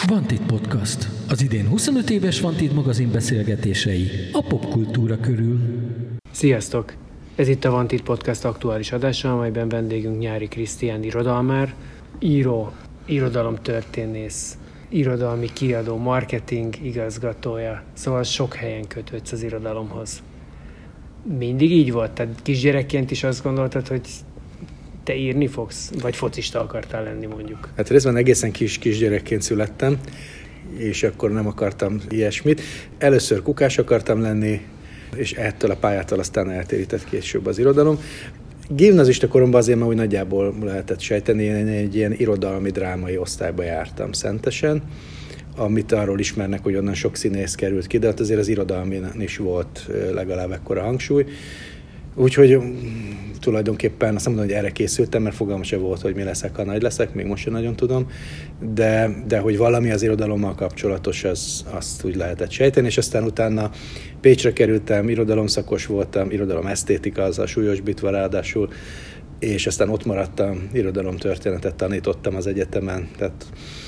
Vantit Podcast. Az idén 25 éves Vantit magazin beszélgetései a popkultúra körül. Sziasztok! Ez itt a Vantit Podcast aktuális adása, amelyben vendégünk Nyári Krisztián irodalmár, író, irodalomtörténész, irodalmi kiadó, marketing igazgatója, szóval sok helyen kötődsz az irodalomhoz. Mindig így volt? Tehát kisgyerekként is azt gondoltad, hogy te írni fogsz? Vagy focista akartál lenni mondjuk? Hát részben egészen kisgyerekként születtem, és akkor nem akartam ilyesmit. Először kukás akartam lenni, és ettől a pályától aztán eltérített később az irodalom. Gimnazista koromban azért már úgy nagyjából lehetett sejteni, én egy ilyen irodalmi drámai osztályba jártam Szentesen, amit arról ismernek, hogy onnan sok színész került ki, de azért az irodalmén is volt legalább ekkora hangsúly. Úgyhogy tulajdonképpen azt mondom, hogy erre készültem, mert fogalmam sem volt, hogy mi leszek, ha nagy leszek, még most sem nagyon tudom, de hogy valami az irodalommal kapcsolatos, azt úgy lehetett sejteni, és aztán utána Pécsre kerültem, irodalomszakos voltam, irodalomesztétika, azzal súlyosbítva ráadásul, és aztán ott maradtam, irodalomtörténetet tanítottam az egyetemen, tehát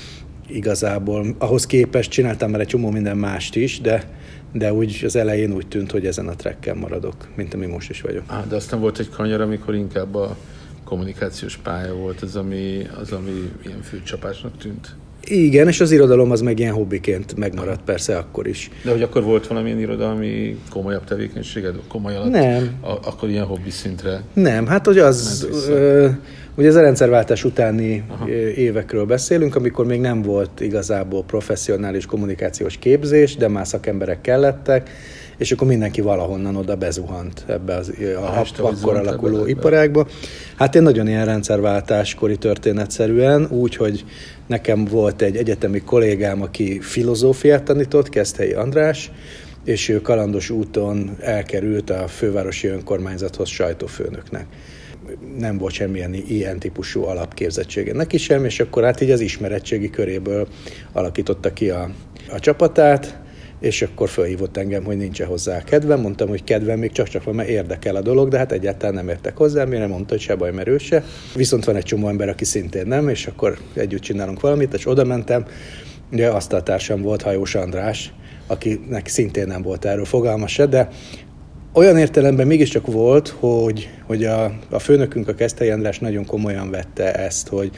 igazából ahhoz képest csináltam már egy csomó minden mást is, de úgy az elején úgy tűnt, hogy ezen a tracken maradok, mint ami most is vagyok. De aztán volt egy kanyar, amikor inkább a kommunikációs pálya volt az, ami ilyen főcsapásnak tűnt. Igen, és az irodalom az meg ilyen hobbiként megmaradt persze akkor is. De hogy akkor volt valamilyen irodalmi komolyabb tevékenységed? Komoly alatt? Nem. Akkor ilyen hobbi szintre? Nem, hát hogy az... Ugye az a rendszerváltás utáni évekről beszélünk, amikor még nem volt igazából professzionális kommunikációs képzés, de már szakemberek kellettek, és akkor mindenki valahonnan oda bezuhant ebbe akkor alakuló iparágba. Hát én nagyon ilyen rendszerváltáskori történetszerűen, úgyhogy nekem volt egy egyetemi kollégám, aki filozófiát tanított, Keszthelyi András, és ő kalandos úton elkerült a fővárosi önkormányzathoz sajtófőnöknek. Nem volt semmilyen ilyen típusú alapképzettsége neki sem, és akkor hát így az ismeretségi köréből alakította ki a csapatát, és akkor felhívott engem, hogy nincs hozzá kedvem. Mondtam, hogy kedvem még csak van, mert érdekel a dolog, de hát egyáltalán nem értek hozzá, mire mondta, hogy se baj, mert ő se. Viszont van egy csomó ember, aki szintén nem, és akkor együtt csinálunk valamit, és oda mentem. Ugye asztaltársam volt Hajós András, akinek szintén nem volt erről fogalma se, de olyan értelemben mégiscsak volt, hogy a főnökünk, a Keszthelyi András nagyon komolyan vette ezt, hogy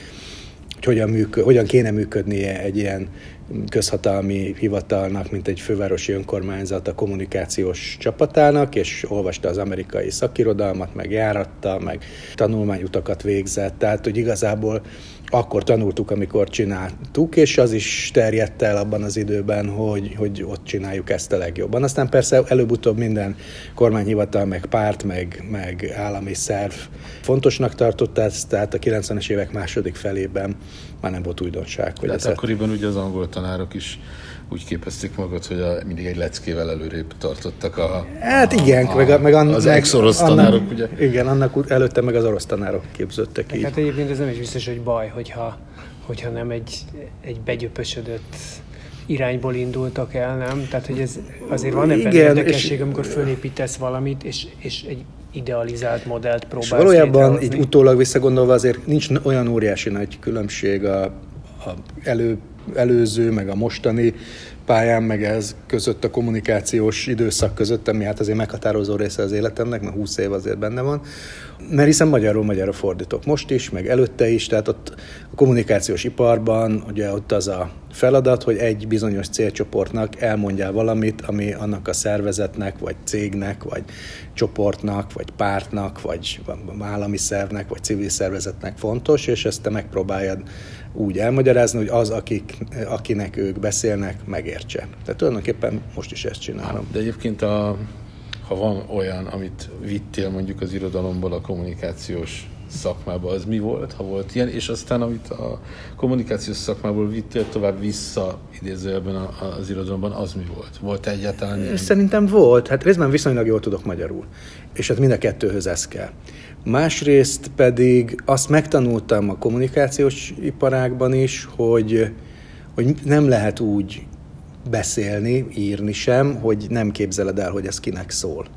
hogyan kéne működnie egy ilyen közhatalmi hivatalnak, mint egy fővárosi önkormányzat a kommunikációs csapatának, és olvasta az amerikai szakirodalmat, meg járatta, meg tanulmányutakat végzett. Tehát, hogy igazából akkor tanultuk, amikor csináltuk, és az is terjedt el abban az időben, hogy ott csináljuk ezt a legjobban. Aztán persze előbb-utóbb minden kormányhivatal, meg párt, meg állami szerv fontosnak tartott ezt, tehát a 90-es évek második felében már nem volt újdonság. Hogy hát akkoriban ugye az angol tanárok is úgy képezték magukat, hogy mindig egy leckével előrébb tartottak az ex-orosz tanárok, ugye? Igen, annak előtte meg az orosz tanárok képződtek így. Hát egyébként ez nem is biztos, hogy baj, hogyha nem egy begyöpösödött irányból indultak el, nem? Tehát, hogy ez azért van ebben érdekesség, amikor fölépítesz valamit, és egy idealizált modellt próbálsz létrehozni. Valójában így utólag visszagondolva azért nincs olyan óriási nagy különbség a előző, meg a mostani pályán, meg ez között, a kommunikációs időszak között, ami hát azért meghatározó része az életemnek, mert 20 év azért benne van. Mert hiszen magyarról magyarra fordítok most is, meg előtte is, tehát ott a kommunikációs iparban ugye ott az a feladat, hogy egy bizonyos célcsoportnak elmondjál valamit, ami annak a szervezetnek, vagy cégnek, vagy csoportnak, vagy pártnak, vagy állami szervnek, vagy civil szervezetnek fontos, és ezt te megpróbáljad úgy elmagyarázni, hogy az, akinek ők beszélnek, megértse. Tehát tulajdonképpen most is ezt csinálom. De egyébként ha van olyan, amit vittél mondjuk az irodalomból a kommunikációs szakmába, az mi volt, ha volt ilyen, és aztán amit a kommunikációs szakmából vittél tovább vissza idézőjelben az irodalomban, az mi volt? Volt egyáltalán ilyen? Szerintem volt, hát részben viszonylag jól tudok magyarul, és hát mind a kettőhöz ez kell. Másrészt pedig azt megtanultam a kommunikációs iparágban is, hogy nem lehet úgy beszélni, írni sem, hogy nem képzeled el, hogy ez kinek szól.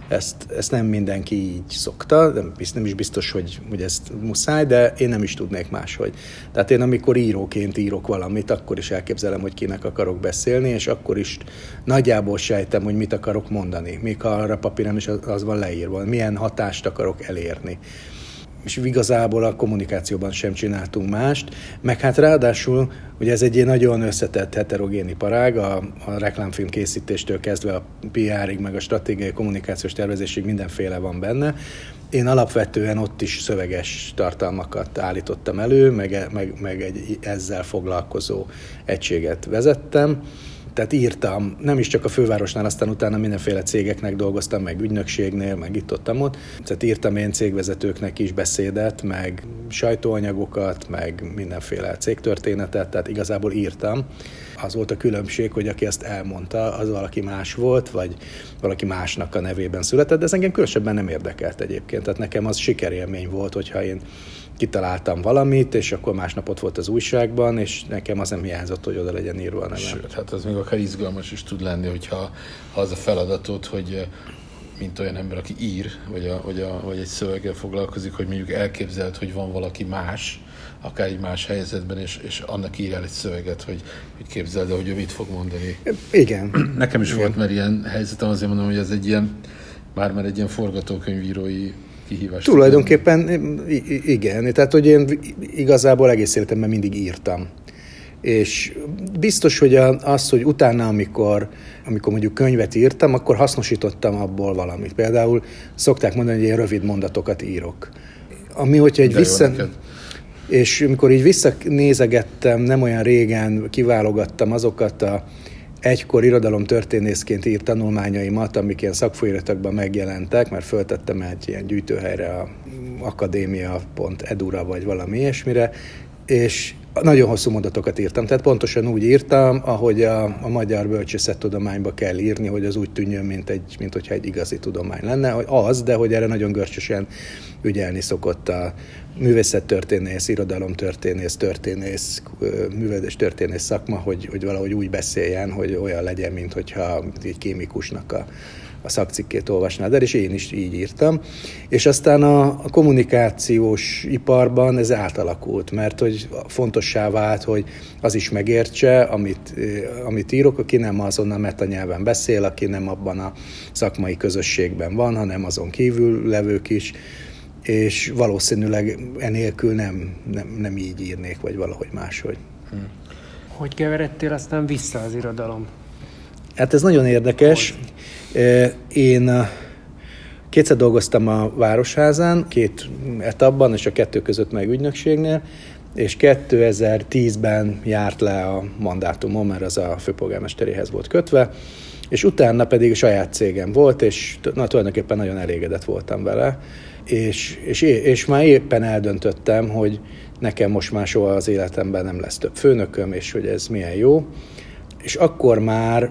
Ezt nem mindenki így szokta, nem is biztos, hogy ezt muszáj, de én nem is tudnék máshogy. Tehát én amikor íróként írok valamit, akkor is elképzelem, hogy kinek akarok beszélni, és akkor is nagyjából sejtem, hogy mit akarok mondani. Még ha arra papíron is az van leírva, milyen hatást akarok elérni. És igazából a kommunikációban sem csináltunk mást, meg hát ráadásul, ugye ez egy ilyen nagyon összetett heterogén iparág, a reklámfilm készítéstől kezdve a PR-ig, meg a stratégiai kommunikációs tervezésig mindenféle van benne. Én alapvetően ott is szöveges tartalmakat állítottam elő, meg egy ezzel foglalkozó egységet vezettem. Tehát írtam, nem is csak a fővárosnál, aztán utána mindenféle cégeknek dolgoztam, meg ügynökségnél, meg itt-ott. Tehát írtam én cégvezetőknek is beszédet, meg sajtóanyagokat, meg mindenféle cégtörténetet, tehát igazából írtam. Az volt a különbség, hogy aki ezt elmondta, az valaki más volt, vagy valaki másnak a nevében született, de ez engem különösebben nem érdekelt egyébként. Tehát nekem az sikerélmény volt, hogyha én kitaláltam valamit, és akkor másnap ott volt az újságban, és nekem az nem hiányzott, hogy oda legyen írva a nevem. Sőt, hát az még akár izgalmas is tud lenni, hogyha az a feladatod, hogy mint olyan ember, aki ír, vagy egy szöveggel foglalkozik, hogy mondjuk elképzeled, hogy van valaki más, akár egy más helyzetben, és annak írjál egy szöveget, hogy képzeld el, hogy ő mit fog mondani. Igen. Nekem is volt már ilyen helyzetem, azért mondom, hogy ez egy ilyen, már egy ilyen forgatókönyvírói kihívás. Tulajdonképpen igen, tehát hogy én igazából egész életemben mindig írtam. És biztos, hogy az, hogy utána, amikor mondjuk könyvet írtam, akkor hasznosítottam abból valamit. Például szokták mondani, hogy én rövid mondatokat írok. Ami, hogyha és amikor így visszanézegettem, nem olyan régen kiválogattam azokat a egykor irodalomtörténészként írt tanulmányaimat, amik ilyen szakfolyóiratokban megjelentek, mert föltettem egy ilyen gyűjtőhelyre, a akadémia.edu-ra vagy valami ilyesmire, és nagyon hosszú mondatokat írtam, tehát pontosan úgy írtam, ahogy a magyar bölcsészettudományba kell írni, hogy az úgy tűnjön, mint hogyha egy igazi tudomány lenne, hogy az, de hogy erre nagyon görcsösen ügyelni szokott a művészettörténész, irodalomtörténész, művelődés történész szakma, hogy valahogy úgy beszéljen, hogy olyan legyen, mint hogyha egy kémikusnak a szakcikkét olvasnád el, és én is így írtam. És aztán a kommunikációs iparban ez átalakult, mert hogy fontossá vált, hogy az is megértse, amit írok, aki nem azon a metanyelven beszél, aki nem abban a szakmai közösségben van, hanem azon kívül levők is, és valószínűleg enélkül nem így írnék, vagy valahogy máshogy. Hogy keveredtél aztán vissza az irodalom? Hát ez nagyon érdekes. Én kétszer dolgoztam a Városházán, 2 etapban, és a 2 között meg ügynökségnél, és 2010-ben járt le a mandátumom, mert az a főpolgármesteréhez volt kötve, és utána pedig a saját cégem volt, és tulajdonképpen nagyon elégedett voltam vele, és már éppen eldöntöttem, hogy nekem most már soha az életemben nem lesz több főnököm, és hogy ez milyen jó. És akkor már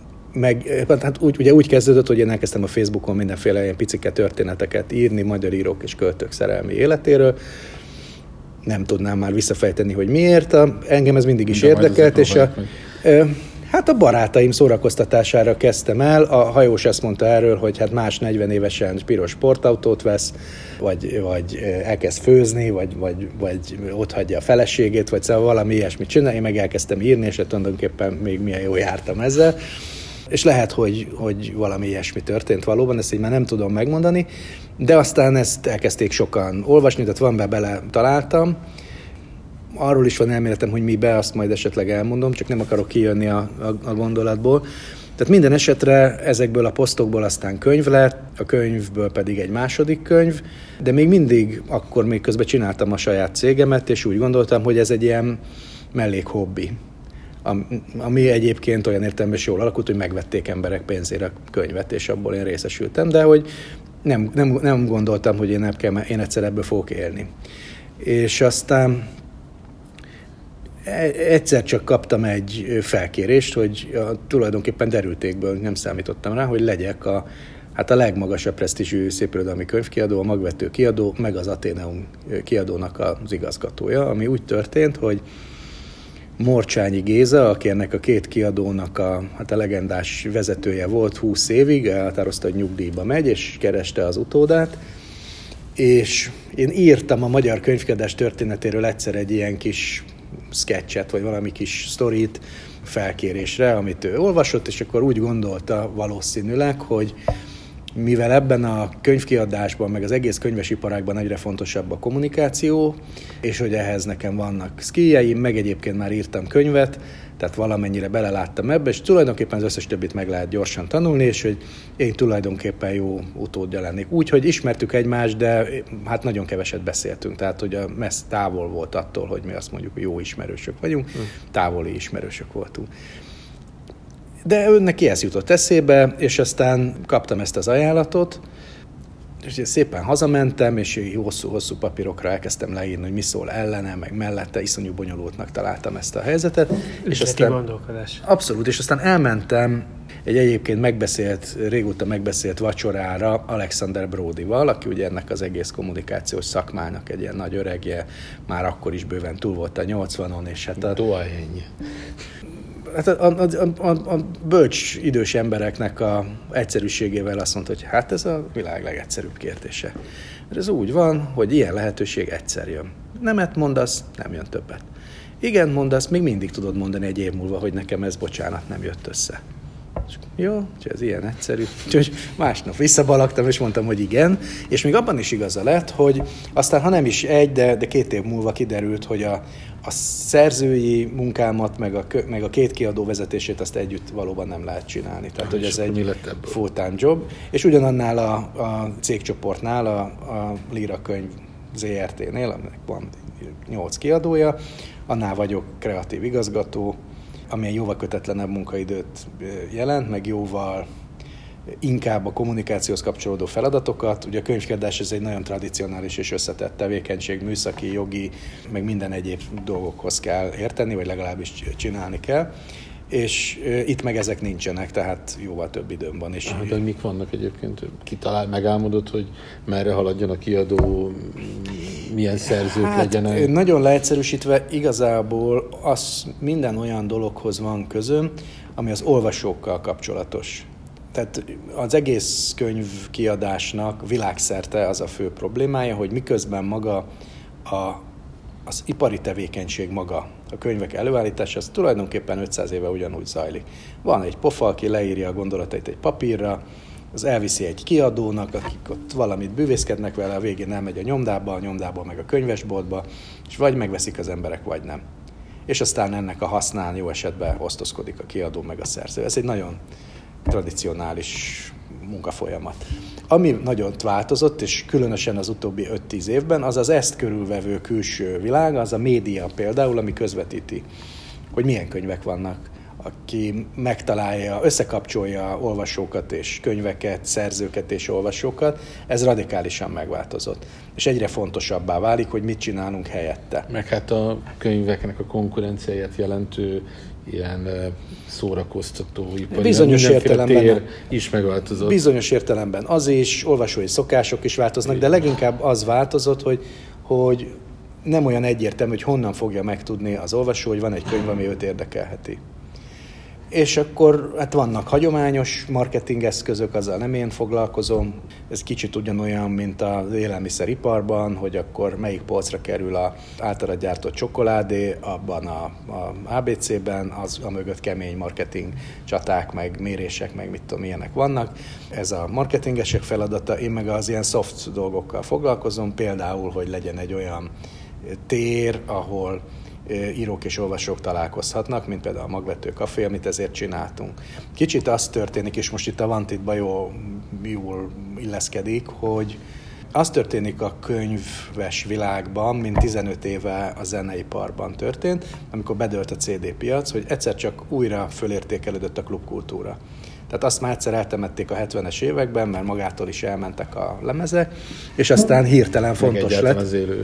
úgy kezdődött, hogy én elkezdtem a Facebookon mindenféle ilyen picike történeteket írni magyar írók és költők szerelmi életéről. Nem tudnám már visszafejteni, hogy miért. Engem ez mindig is érdekelt, és a barátaim szórakoztatására kezdtem el. A hajós azt mondta erről, hogy hát más 40 évesen piros sportautót vesz, vagy elkezd főzni, vagy otthagyja a feleségét, vagy szóval valami ilyesmit csinál. Én meg elkezdtem írni, és tulajdonképpen még milyen jól jártam ezzel. És lehet, hogy valami ilyesmi történt valóban, ezt így már nem tudom megmondani, de aztán ezt elkezdték sokan olvasni, tehát bele találtam. Arról is van elméletem, hogy mibe, azt majd esetleg elmondom, csak nem akarok kijönni a gondolatból. Tehát minden esetre ezekből a posztokból aztán könyv lett, a könyvből pedig egy második könyv, de még mindig akkor még közben csináltam a saját cégemet, és úgy gondoltam, hogy ez egy ilyen mellékhobbi, ami egyébként olyan értelemben is jól alakult, hogy megvették emberek pénzére a könyvet, és abból én részesültem, de hogy nem gondoltam, hogy én egyszer ebből fogok élni. És aztán egyszer csak kaptam egy felkérést, hogy tulajdonképpen derültékből nem számítottam rá, hogy legyek a legmagasabb presztízsű szépirodalmi könyvkiadó, a Magvető kiadó, meg az Atheneum kiadónak az igazgatója, ami úgy történt, hogy Morcsányi Géza, aki ennek a két kiadónak a legendás vezetője volt 20 évig, elhatározta, hogy nyugdíjba megy, és kereste az utódát. És én írtam a magyar könyvkiadás történetéről egyszer egy ilyen kis sketchet, vagy valami kis sztorit felkérésre, amit ő olvasott, és akkor úgy gondolta valószínűleg, hogy mivel ebben a könyvkiadásban, meg az egész könyvesiparágban egyre fontosabb a kommunikáció, és hogy ehhez nekem vannak skilljeim, meg egyébként már írtam könyvet, tehát valamennyire beleláttam ebbe, és tulajdonképpen az összes többit meg lehet gyorsan tanulni, és hogy én tulajdonképpen jó utódja lennék. Úgyhogy ismertük egymást, de hát nagyon keveset beszéltünk, tehát hogy a messz távol volt attól, hogy mi azt mondjuk, hogy jó ismerősök vagyunk, távoli ismerősök voltunk. De neki ez jutott eszébe, és aztán kaptam ezt az ajánlatot, és szépen hazamentem, és hosszú papírokra elkezdtem leírni, hogy mi szól ellene, meg mellette, iszonyú bonyolultnak találtam ezt a helyzetet. És aztán gondolkodás. Abszolút, és aztán elmentem egy egyébként régóta megbeszélt vacsorára Alexander Brodyval, aki ugye ennek az egész kommunikációs szakmának egy ilyen nagy öregje, már akkor is bőven túl volt a 80-on, és hát Hát a bölcs idős embereknek a egyszerűségével azt mondta, hogy hát ez a világ legegyszerűbb kérdése. Mert ez úgy van, hogy ilyen lehetőség egyszer jön. Nemet mondasz, nem jön többet. Igen mondasz, még mindig tudod mondani egy év múlva, hogy nekem ez, bocsánat, nem jött össze. Jó, úgyhogy ez ilyen egyszerű. Úgyhogy másnap visszabalagtam, és mondtam, hogy igen. És még abban is igaza lett, hogy aztán, ha nem is de 2 év múlva kiderült, hogy a szerzői munkámat, meg a két kiadó vezetését azt együtt valóban nem lehet csinálni. Tehát, hogy ez egy full-time job. És ugyanannál a cégcsoportnál, a Líra Könyv ZRT-nél, aminek van 8 kiadója, annál vagyok kreatív igazgató, ami egy jóval kötetlenebb munkaidőt jelent, meg jóval inkább a kommunikációhoz kapcsolódó feladatokat. Ugye a könyvkiadás ez egy nagyon tradicionális és összetett tevékenység, műszaki, jogi, meg minden egyéb dolgokhoz kell érteni, vagy legalábbis csinálni kell. És itt meg ezek nincsenek, tehát jóval több időm van is. De mik vannak egyébként? Megálmodod, hogy merre haladjon a kiadó, milyen szerzők legyenek? Nagyon leegyszerűsítve igazából minden olyan dologhoz van közöm, ami az olvasókkal kapcsolatos. Tehát az egész könyvkiadásnak világszerte az a fő problémája, hogy miközben maga az ipari tevékenység maga, a könyvek előállítása, az tulajdonképpen 500 éve ugyanúgy zajlik. Van egy pofa, aki leírja a gondolatait egy papírra, az elviszi egy kiadónak, akik ott valamit bűvészkednek vele, a végén elmegy a nyomdából meg a könyvesboltba, és vagy megveszik az emberek, vagy nem. És aztán ennek a hasznán jó esetben osztozkodik a kiadó meg a szerző. Ez egy nagyon tradicionális munkafolyamat. Ami nagyon változott, és különösen az utóbbi 5-10 évben, az ezt körülvevő külső világ, az a média például, ami közvetíti, hogy milyen könyvek vannak, aki megtalálja, összekapcsolja olvasókat és könyveket, szerzőket és olvasókat, ez radikálisan megváltozott. És egyre fontosabbá válik, hogy mit csinálunk helyette. Meg hát a könyveknek a konkurenciáját jelentő ilyen szórakoztató ipari, bizonyos értelemben is megváltozott. Bizonyos értelemben az is, olvasói szokások is változnak, de leginkább az változott, hogy nem olyan egyértelmű, hogy honnan fogja megtudni az olvasó, hogy van egy könyv, ami őt érdekelheti. És akkor hát vannak hagyományos marketingeszközök, azzal nem én foglalkozom. Ez kicsit ugyanolyan, mint az élelmiszeriparban, hogy akkor melyik polcra kerül az általad gyártott csokoládé, abban a ABC-ben, az a mögött kemény marketing csaták, meg mérések, meg mit tudom, ilyenek vannak. Ez a marketingesek feladata, én meg az ilyen soft dolgokkal foglalkozom, például, hogy legyen egy olyan tér, ahol írók és olvasók találkozhatnak, mint például a Magvető Café, amit ezért csináltunk. Kicsit az történik, és most itt a Vantitban jól illeszkedik, hogy az történik a könyves világban, mint 15 éve a zeneiparban történt, amikor bedőlt a CD piac, hogy egyszer csak újra fölértékelődött a klubkultúra. Tehát azt már egyszer eltemették a 70-es években, mert magától is elmentek a lemezek, és aztán hirtelen fontos lett. Az élő.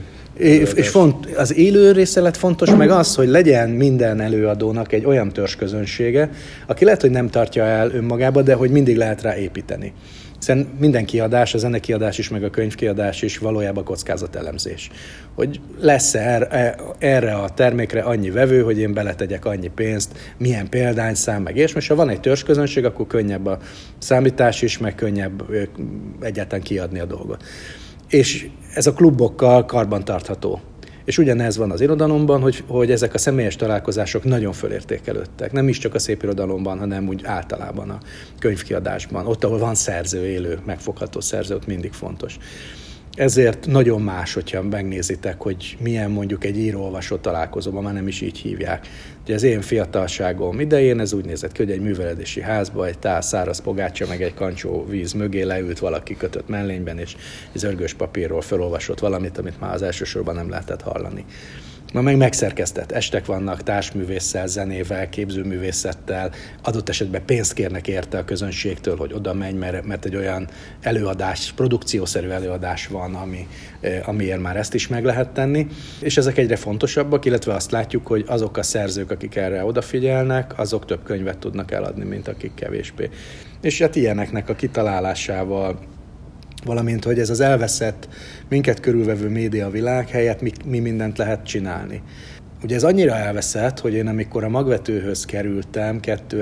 Az élő része lett fontos, meg az, hogy legyen minden előadónak egy olyan törzsközönsége, aki lehet, hogy nem tartja el önmagába, de hogy mindig lehet rá építeni. Hiszen minden kiadás, a zenekiadás is, meg a könyvkiadás is valójában kockázatelemzés. Hogy lesz erre a termékre annyi vevő, hogy én beletegyek annyi pénzt, milyen példányszám, meg és most ha van egy törzsközönség, akkor könnyebb a számítás is, meg könnyebb egyáltalán kiadni a dolgot. És ez a klubokkal karbantartható. És ugyanez van az irodalomban, hogy ezek a személyes találkozások nagyon fölértékelődtek. Nem is csak a szépirodalomban, hanem úgy általában a könyvkiadásban. Ott, ahol van szerző, élő, megfogható szerző, ott mindig fontos. Ezért nagyon más, hogyha megnézitek, hogy milyen mondjuk egy író-olvasó találkozóban, már nem is így hívják. Ugye az én fiatalságom idején ez úgy nézett ki, hogy egy művelődési házba egy tál száraz pogácsa meg egy kancsó víz mögé leült valaki kötött mellényben, és egy zörgős papírról felolvasott valamit, amit már az első sorban nem lehetett hallani. Ma meg megszerkesztett estek vannak, társművésszel, zenével, képzőművészettel, adott esetben pénzt kérnek érte a közönségtől, hogy oda menj, mert egy olyan előadás, produkciószerű előadás van, amiért már ezt is meg lehet tenni. És ezek egyre fontosabbak, illetve azt látjuk, hogy azok a szerzők, akik erre odafigyelnek, azok több könyvet tudnak eladni, mint akik kevésbé. És hát ilyeneknek a kitalálásával, valamint, hogy ez az elveszett, minket körülvevő médiavilág helyett mi mindent lehet csinálni. Ugye ez annyira elveszett, hogy én amikor a Magvetőhöz kerültem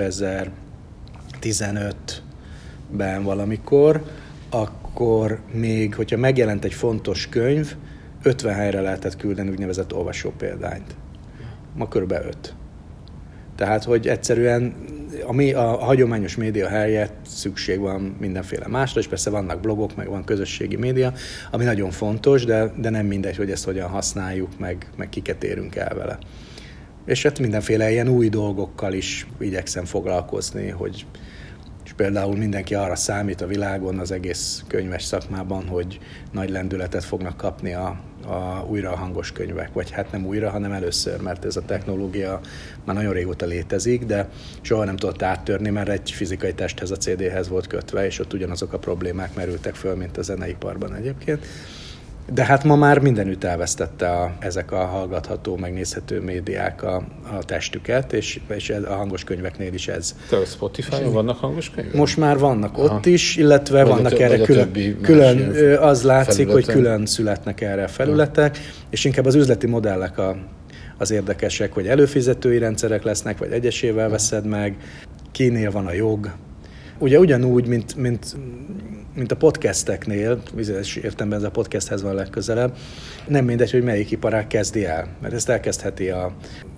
2015-ben valamikor, akkor még, hogyha megjelent egy fontos könyv, 50 helyre lehetett küldeni úgynevezett olvasópéldányt. Ma kb. 5. Tehát, hogy egyszerűen a hagyományos média helyett szükség van mindenféle másra, és persze vannak blogok, meg van közösségi média, ami nagyon fontos, de nem mindegy, hogy ezt hogyan használjuk, meg kiket érünk el vele. És hát mindenféle ilyen új dolgokkal is igyekszem foglalkozni, hogy és például mindenki arra számít a világon, az egész könyves szakmában, hogy nagy lendületet fognak kapni újra a hangos könyvek. Vagy hát nem újra, hanem először, mert ez a technológia már nagyon régóta létezik, de soha nem tudott áttörni, mert egy fizikai testhez, a CD-hez volt kötve, és ott ugyanazok a problémák merültek föl, mint a zeneiparban egyébként. De hát ma már mindenütt elvesztette ezek a hallgatható, megnézhető médiák a testüket, és a hangos könyveknél is ez. Te a Spotify-on vannak hangos könyvek? Most már vannak ott is, illetve vannak erre külön az látszik, hogy külön születnek erre a felületek, és inkább az üzleti modellek az érdekesek, hogy előfizetői rendszerek lesznek, vagy egyesével veszed meg, kinél van a jog. Ugye ugyanúgy, mint a podcasteknél, bizonyos értelemben ez a podcasthez van legközelebb, nem mindegy, hogy melyik iparág kezdi el, mert ezt elkezdheti a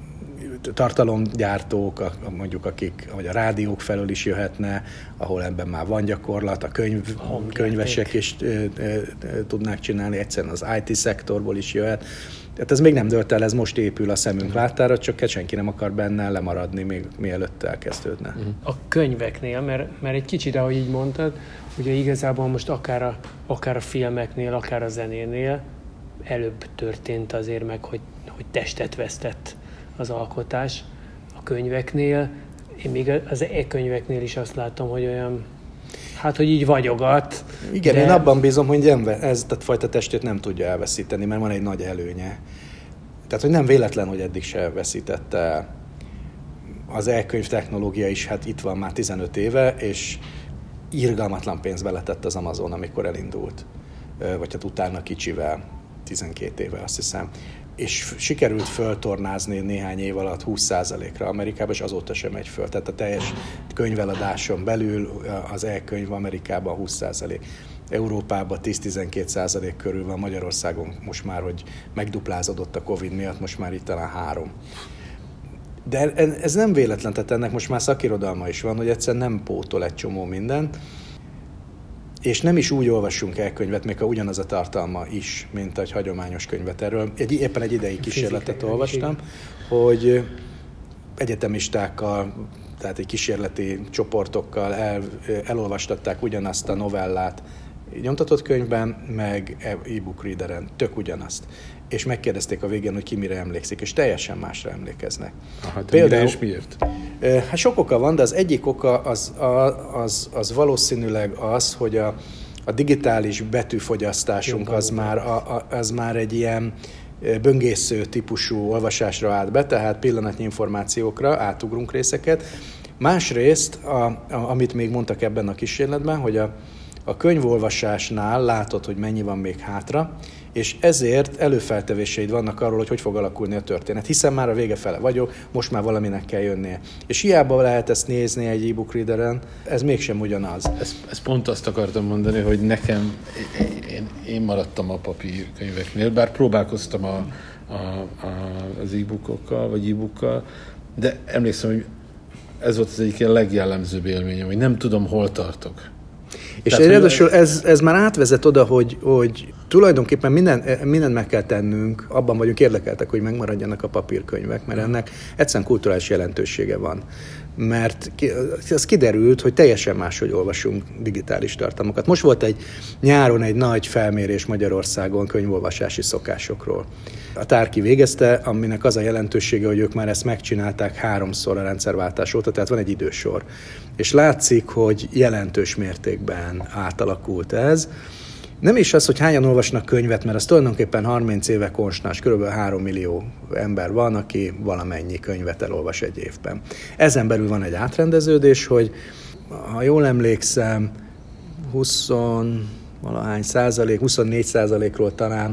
tartalomgyártók, mondjuk akik, vagy a rádiók felől is jöhetne, ahol ebben már van gyakorlat, a könyvesek is tudnák csinálni, egyszerűen az IT-szektorból is jöhet. Tehát ez még nem dölt el, ez most épül a szemünk látára, csak senki nem akar benne lemaradni, még mielőtt elkezdődne. A könyveknél, mert egy kicsit, ahogy így mondtad, ugye igazából most akár a filmeknél, akár a zenénél előbb történt azért meg, hogy testet vesztett az alkotás. A könyveknél, én még az e-könyveknél is azt látom, hogy olyan, hogy így vagyogat. Igen, de én abban bízom, hogy ez a fajta testét nem tudja elveszíteni, mert van egy nagy előnye. Tehát, hogy nem véletlen, hogy eddig se veszítette el. Az e-könyv technológia is itt van már 15 éve, és irgalmatlan pénzt beletett az Amazon, amikor elindult. Vagy utána kicsivel, 12 éve azt hiszem. És sikerült föltornázni néhány év alatt 20%-ra Amerikában, és azóta sem megy föl. Tehát a teljes könyveladáson belül az e-könyv Amerikában 20%. Európában 10-12% körül van, Magyarországon most már, hogy megduplázódott a Covid miatt, most már itt talán 3. De ez nem véletlen, tehát ennek most már szakirodalma is van, hogy egyszerűen nem pótol egy csomó mindent, és nem is úgy olvassunk el könyvet, még ha ugyanaz a tartalma is, mint egy hagyományos könyvet. Erről éppen egy idei kísérletet olvastam, hogy egyetemistákkal, tehát egy kísérleti csoportokkal elolvastatták ugyanazt a novellát nyomtatott könyvben, meg e-book readeren, tök ugyanazt. És megkérdezték a végén, hogy ki mire emlékszik, és teljesen másra emlékeznek. Például, és miért? Sok oka van, de az egyik oka az valószínűleg az, hogy a digitális betűfogyasztásunk az már egy ilyen böngésző típusú olvasásra állt be, tehát pillanatnyi információkra átugrunk részeket. Másrészt, amit még mondtak ebben a kísérletben, hogy a könyvolvasásnál látod, hogy mennyi van még hátra, és ezért előfeltevéseid vannak arról, hogy fog alakulni a történet. Hiszen már a vége fele vagyok, most már valaminek kell jönnie. És hiába lehet ezt nézni egy e-book readeren, ez mégsem ugyanaz. Ez pont azt akartam mondani, hogy nekem, én maradtam a papírkönyveknél, bár próbálkoztam az e-bookokkal, vagy e-bookkal, de emlékszem, hogy ez volt az egyik ilyen legjellemzőbb élményem, hogy nem tudom, hol tartok. És ráadásul ez már átvezet oda, hogy tulajdonképpen mindent meg kell tennünk, abban vagyunk érdekeltek, hogy megmaradjanak a papírkönyvek, mert ennek egyszerűen kulturális jelentősége van. Mert az kiderült, hogy teljesen máshogy olvasunk digitális tartalmakat. Most volt nyáron egy nagy felmérés Magyarországon könyvolvasási szokásokról. A Tárki végezte, aminek az a jelentősége, hogy ők már ezt megcsinálták 3-szor a rendszerváltás óta, tehát van egy idősor. És látszik, hogy jelentős mértékben átalakult ez. Nem is az, hogy hányan olvasnak könyvet, mert az tulajdonképpen 30 éve konstans, kb. 3 millió ember van, aki valamennyi könyvet elolvas egy évben. Ezen belül van egy átrendeződés, hogy ha jól emlékszem, 24%-ról talán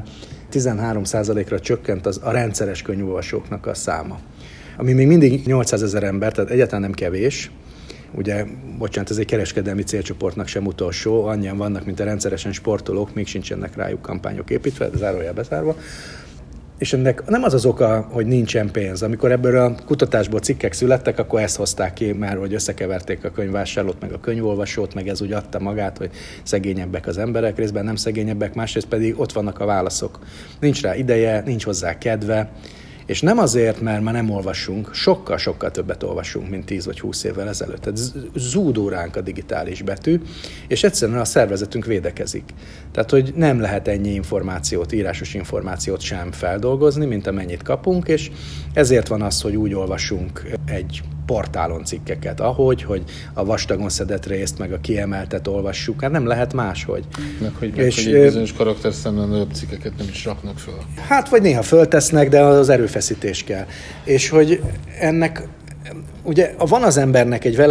13%-ra csökkent a rendszeres könyvolvasóknak a száma. Ami még mindig 800 000 ember, tehát egyáltalán nem kevés. Ugye, bocsánat, ez egy kereskedelmi célcsoportnak sem utolsó, annyian vannak, mint a rendszeresen sportolók, még sincsenek rájuk kampányok építve, de zárójel bezárva. És ennek nem az az oka, hogy nincsen pénz. Amikor ebből a kutatásból cikkek születtek, akkor ezt hozták ki, mert hogy összekeverték a könyvvásárlót, meg a könyvolvasót, meg ez úgy adta magát, hogy szegényebbek az emberek, részben nem szegényebbek, másrészt pedig ott vannak a válaszok. Nincs rá ideje, nincs hozzá kedve, és nem azért, mert már nem olvasunk, sokkal többet olvasunk, mint 10 vagy 20 évvel ezelőtt. Tehát zúdul ránk a digitális betű, és egyszerűen a szervezetünk védekezik. Tehát, hogy nem lehet ennyi információt, írásos információt sem feldolgozni, mint amennyit kapunk, és ezért van az, hogy úgy olvasunk egy portálon cikkeket, hogy a vastagon szedett részt, meg a kiemeltet olvassuk, hát nem lehet máshogy. Meg hogy bizonyos karakterszámnál nagyobb cikkeket nem is raknak föl. Hát, vagy néha föltesznek, de az erőfeszítés kell. És hogy ennek, ugye van az embernek egy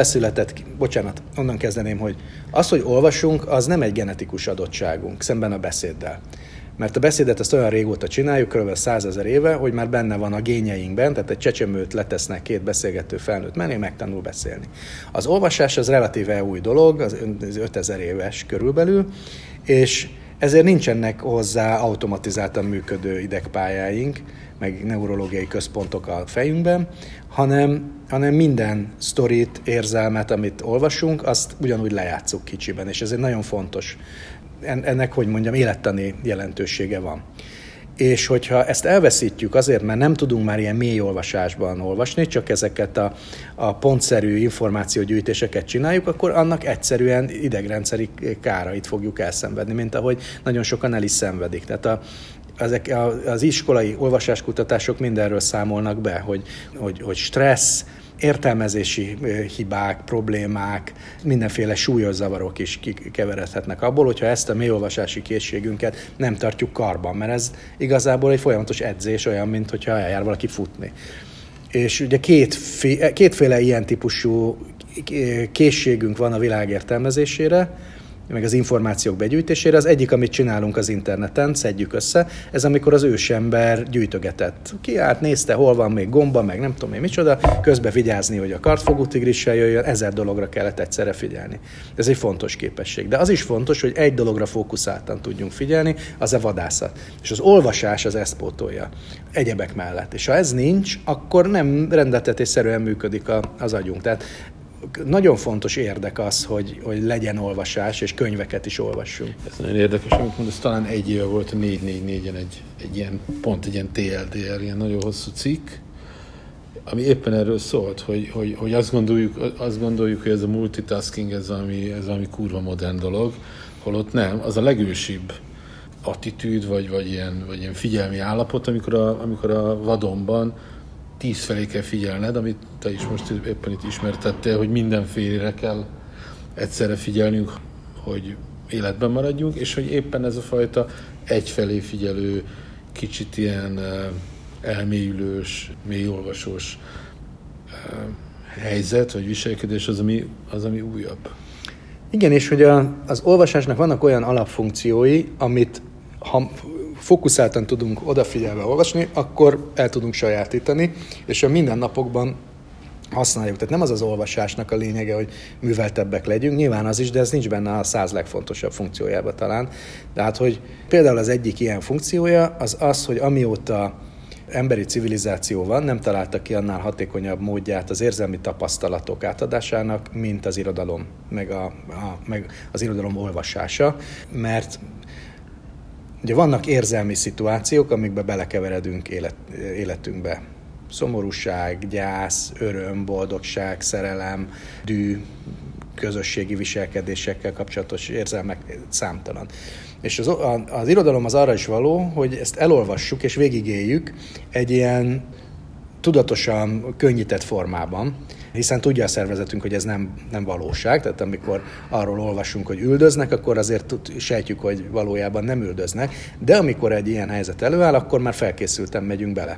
onnan kezdeném, hogy az, hogy olvasunk, az nem egy genetikus adottságunk, szemben a beszéddel. Mert a beszédet azt olyan régóta csináljuk, kb. 100 000 éve, hogy már benne van a génjeinkben, tehát egy csecsemőt letesznek 2 beszélgető felnőtt mellé, megtanul beszélni. Az olvasás az relatíve új dolog, az 5000 éves körülbelül, és ezért nincsenek hozzá automatizáltan működő idegpályáink, meg neurológiai központok a fejünkben, hanem minden sztorit, érzelmet, amit olvasunk, azt ugyanúgy lejátszuk kicsiben, és ez egy nagyon fontos. Ennek, élettani jelentősége van. És hogyha ezt elveszítjük azért, mert nem tudunk már ilyen mély olvasásban olvasni, csak ezeket a pontszerű információgyűjtéseket csináljuk, akkor annak egyszerűen idegrendszeri kárait fogjuk elszenvedni, mint ahogy nagyon sokan el is szenvedik. Tehát az iskolai olvasáskutatások mindenről számolnak be, hogy stressz, értelmezési hibák, problémák, mindenféle súlyos zavarok is kikeveredhetnek abból, hogyha ezt a mélyolvasási készségünket nem tartjuk karban, mert ez igazából egy folyamatos edzés, olyan, mint hogyha eljár valaki futni. És ugye kétféle ilyen típusú készségünk van a világ értelmezésére, meg az információk begyűjtésére. Az egyik, amit csinálunk az interneten, szedjük össze, ez amikor az ősember gyűjtögetett. Kiállt, nézte, hol van még gomba, meg nem tudom én micsoda, közben vigyázni, hogy a kartfogó tigrissel jöjjön, 1000 dologra kellett egyszerre figyelni. Ez egy fontos képesség. De az is fontos, hogy egy dologra fókuszáltan tudjunk figyelni, az a vadászat. És az olvasás az ezt pótolja egyebek mellett. És ha ez nincs, akkor nem rendeltetésszerűen működik az agyunk. Tehát nagyon fontos érdek az, hogy legyen olvasás, és könyveket is olvassunk. Ez nagyon érdekes, amit mondasz, talán egy éve volt a 444-en egy ilyen TLDR, ilyen nagyon hosszú cikk, ami éppen erről szólt, hogy azt gondoljuk, hogy ez a multitasking, ez ami kurva modern dolog, holott nem, az a legősibb attitűd, vagy ilyen figyelmi állapot, amikor a vadonban 10 felé kell figyelned, amit te is most éppen itt ismertettél, hogy mindenfélére kell egyszerre figyelnünk, hogy életben maradjunk, és hogy éppen ez a fajta egyfelé figyelő, kicsit ilyen elmélyülős, mélyolvasós helyzet, vagy viselkedés az, ami újabb. Igen, és hogy az olvasásnak vannak olyan alapfunkciói, amit ha fókuszáltan tudunk odafigyelve olvasni, akkor el tudunk sajátítani, és a mindennapokban használjuk. Tehát nem az olvasásnak a lényege, hogy műveltebbek legyünk, nyilván az is, de ez nincs benne a 100 legfontosabb funkciójában talán. Tehát, hogy például az egyik ilyen funkciója az, hogy amióta emberi civilizáció van, nem találtak ki annál hatékonyabb módját az érzelmi tapasztalatok átadásának, mint az irodalom, meg az irodalom olvasása, mert ugye vannak érzelmi szituációk, amikbe belekeveredünk életünkbe. Szomorúság, gyász, öröm, boldogság, szerelem, dű, közösségi viselkedésekkel kapcsolatos érzelmek számtalan. És az irodalom az arra is való, hogy ezt elolvassuk és végigéljük egy ilyen tudatosan könnyített formában, hiszen tudja a szervezetünk, hogy ez nem valóság, tehát amikor arról olvasunk, hogy üldöznek, akkor azért sejtjük, hogy valójában nem üldöznek, de amikor egy ilyen helyzet előáll, akkor már felkészülten megyünk bele.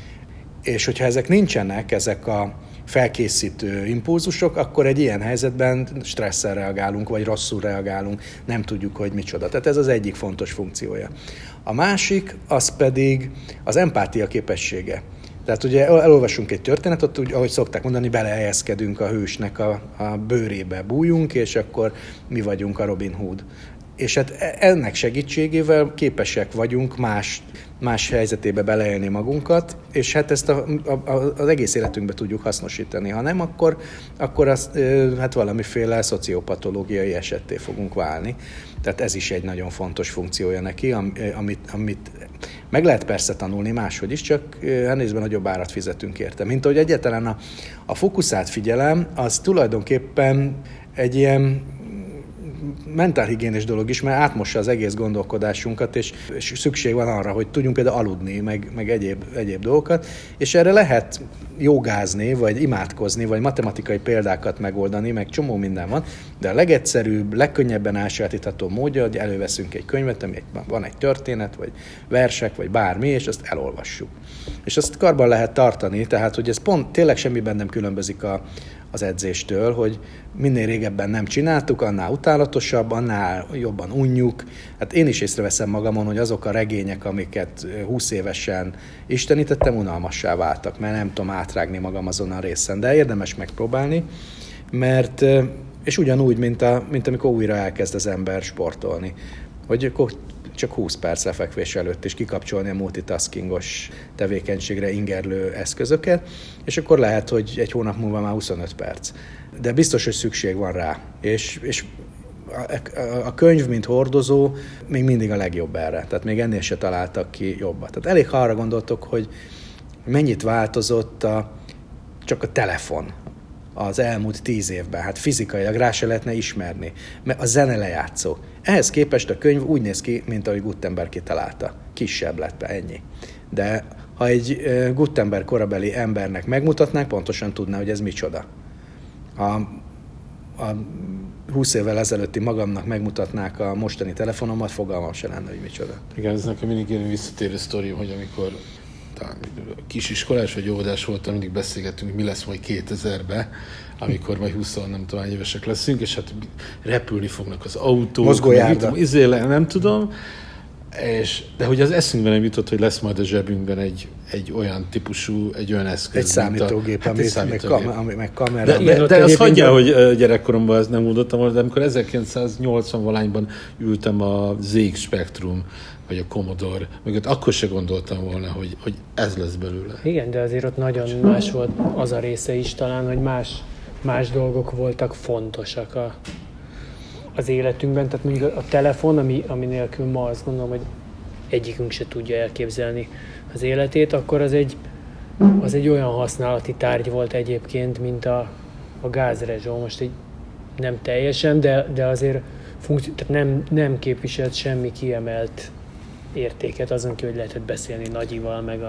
És hogyha ezek nincsenek, ezek a felkészítő impulzusok, akkor egy ilyen helyzetben stresszel reagálunk, vagy rosszul reagálunk, nem tudjuk, hogy micsoda. Tehát ez az egyik fontos funkciója. A másik, az pedig az empátia képessége. Tehát ugye elolvasunk egy történetet, úgy, ahogy szokták mondani, belehelyezkedünk a hősnek a bőrébe, bújunk, és akkor mi vagyunk a Robin Hood. És hát ennek segítségével képesek vagyunk más helyzetébe beleélni magunkat, és hát ezt az egész életünkbe tudjuk hasznosítani. Ha nem, akkor azt, hát valamiféle szociopatológiai esetté fogunk válni. Tehát ez is egy nagyon fontos funkciója neki, amit meg lehet persze tanulni máshogy is, csak részben nagyobb árat fizetünk érte. Mint ahogy egyáltalán a fókuszált figyelem, az tulajdonképpen egy ilyen mentálhigiénés dolog is, mert átmossa az egész gondolkodásunkat, és szükség van arra, hogy tudjunk például aludni, meg egyéb dolgokat, és erre lehet jogázni, vagy imádkozni, vagy matematikai példákat megoldani, meg csomó minden van, de a legegyszerűbb, legkönnyebben elsajátítható módja, hogy előveszünk egy könyvet, ami van egy történet, vagy versek, vagy bármi, és azt elolvassuk. És azt karban lehet tartani, tehát hogy ez pont tényleg semmiben nem különbözik az edzéstől, hogy minél régebben nem csináltuk, annál utálatosabb, annál jobban unjuk. Hát én is észreveszem magamon, hogy azok a regények, amiket 20 évesen istenítettem, unalmassá váltak, mert nem tudom átrágni magam azon a részen. De érdemes megpróbálni, mert, és ugyanúgy, mint amikor újra elkezd az ember sportolni, hogy akkor csak 20 perc lefekvés előtt is kikapcsolni a multitaskingos tevékenységre ingerlő eszközöket, és akkor lehet, hogy egy hónap múlva már 25 perc. De biztos, hogy szükség van rá. És a könyv, mint hordozó, még mindig a legjobb erre. Tehát még ennél se találtak ki jobbat. Tehát elég, ha arra gondoltok, hogy mennyit változott csak a telefon az elmúlt 10 évben. Hát fizikailag rá se lehetne ismerni. Mert a zene lejátszó. Ehhez képest a könyv úgy néz ki, mint ahogy Gutenberg kitalálta. Kisebb lett, ennyi. De ha egy Gutenberg korabeli embernek megmutatnánk, pontosan tudná, hogy ez micsoda. A 20 évvel ezelőtti magamnak megmutatnák a mostani telefonomat, fogalmam se lenne, hogy micsoda. Igen, ez nekem mindig ilyen visszatérő sztorium, hogy amikor kisiskolás vagy óvodás voltam, mindig beszélgettünk, hogy mi lesz majd 2000-ben, amikor majd 20 nem tudom, hány évesek leszünk, és hát repülni fognak az autók. Mozgójárda. Nem tudom. De hogy az eszünkben nem jutott, hogy lesz majd a zsebünkben egy olyan típusú, egy olyan eszköz. Egy számítógép, meg kamera. De azt hagyjál, hogy gyerekkoromban ezt nem mondottam volna, de amikor 1980-valányban ültem a ZX Spectrum, vagy a Commodore mögött, akkor se gondoltam volna, hogy ez lesz belőle. Igen, de azért ott nagyon más volt az a része is talán, hogy más dolgok voltak fontosak az életünkben. Tehát mondjuk a telefon, ami nélkül ma azt gondolom, hogy egyikünk se tudja elképzelni az életét, akkor az egy olyan használati tárgy volt egyébként, mint a gázrezsó. Most nem teljesen, de azért tehát nem képviselt semmi kiemelt értéket azon ki, hogy lehetett beszélni Nagyival, meg a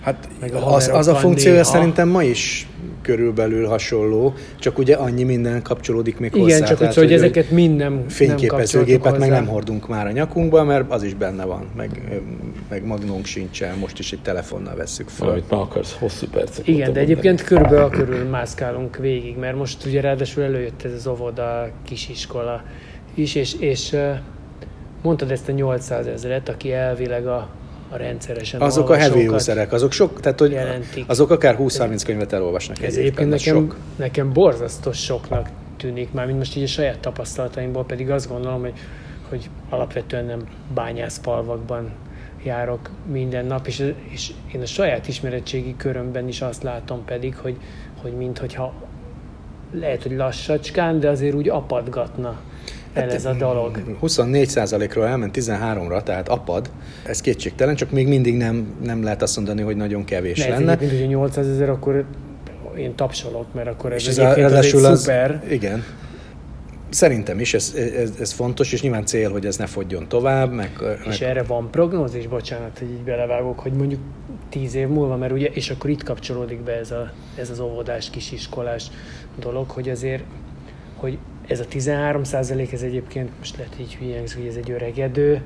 Hát meg a az a funkciója néha. Szerintem ma is körülbelül hasonló, csak ugye annyi minden kapcsolódik még hozzá. Igen, csak hogy ezeket mind fényképezőgépet meg nem hordunk már a nyakunkba, mert az is benne van, meg magnónk sincsen, most is egy telefonnal vesszük fel. Amit már akarsz, hosszú percek. Igen, de egyébként körül mászkálunk végig, mert most ugye ráadásul előjött ez az óvoda, kisiskola is, és mondtad ezt a 800 000-et, aki elvileg a rendszeresen azok a heavy userek, azok sok, tehát hogy jelentik. Azok akár 20-30 könyvet elolvasnak Ez egy évben. nekem borzasztó soknak tűnik már, mint most így a saját tapasztalataimból, pedig azt gondolom, hogy alapvetően nem bányászfalvakban járok minden nap, és én a saját ismeretségi körömben is azt látom pedig, hogy minthogyha lehet, hogy lassacskán, de azért úgy apadgatna el ez a dolog. 24%-ról elment 13-ra, tehát apad, ez kétségtelen, csak még mindig nem lehet azt mondani, hogy nagyon kevés lenne. Egyébként, hogy 800 000, akkor én tapsolok, mert akkor ez és egyébként az egy szuper. Igen. Szerintem is ez fontos, és nyilván cél, hogy ez ne fogjon tovább. És erre van prognózis, bocsánat, hogy így belevágok, hogy mondjuk 10 év múlva, mert ugye, és akkor itt kapcsolódik be ez az óvodás, kisiskolás dolog, hogy azért, hogy ez a 13% ez egyébként, most lehet így hülyén, hogy ez egy öregedő.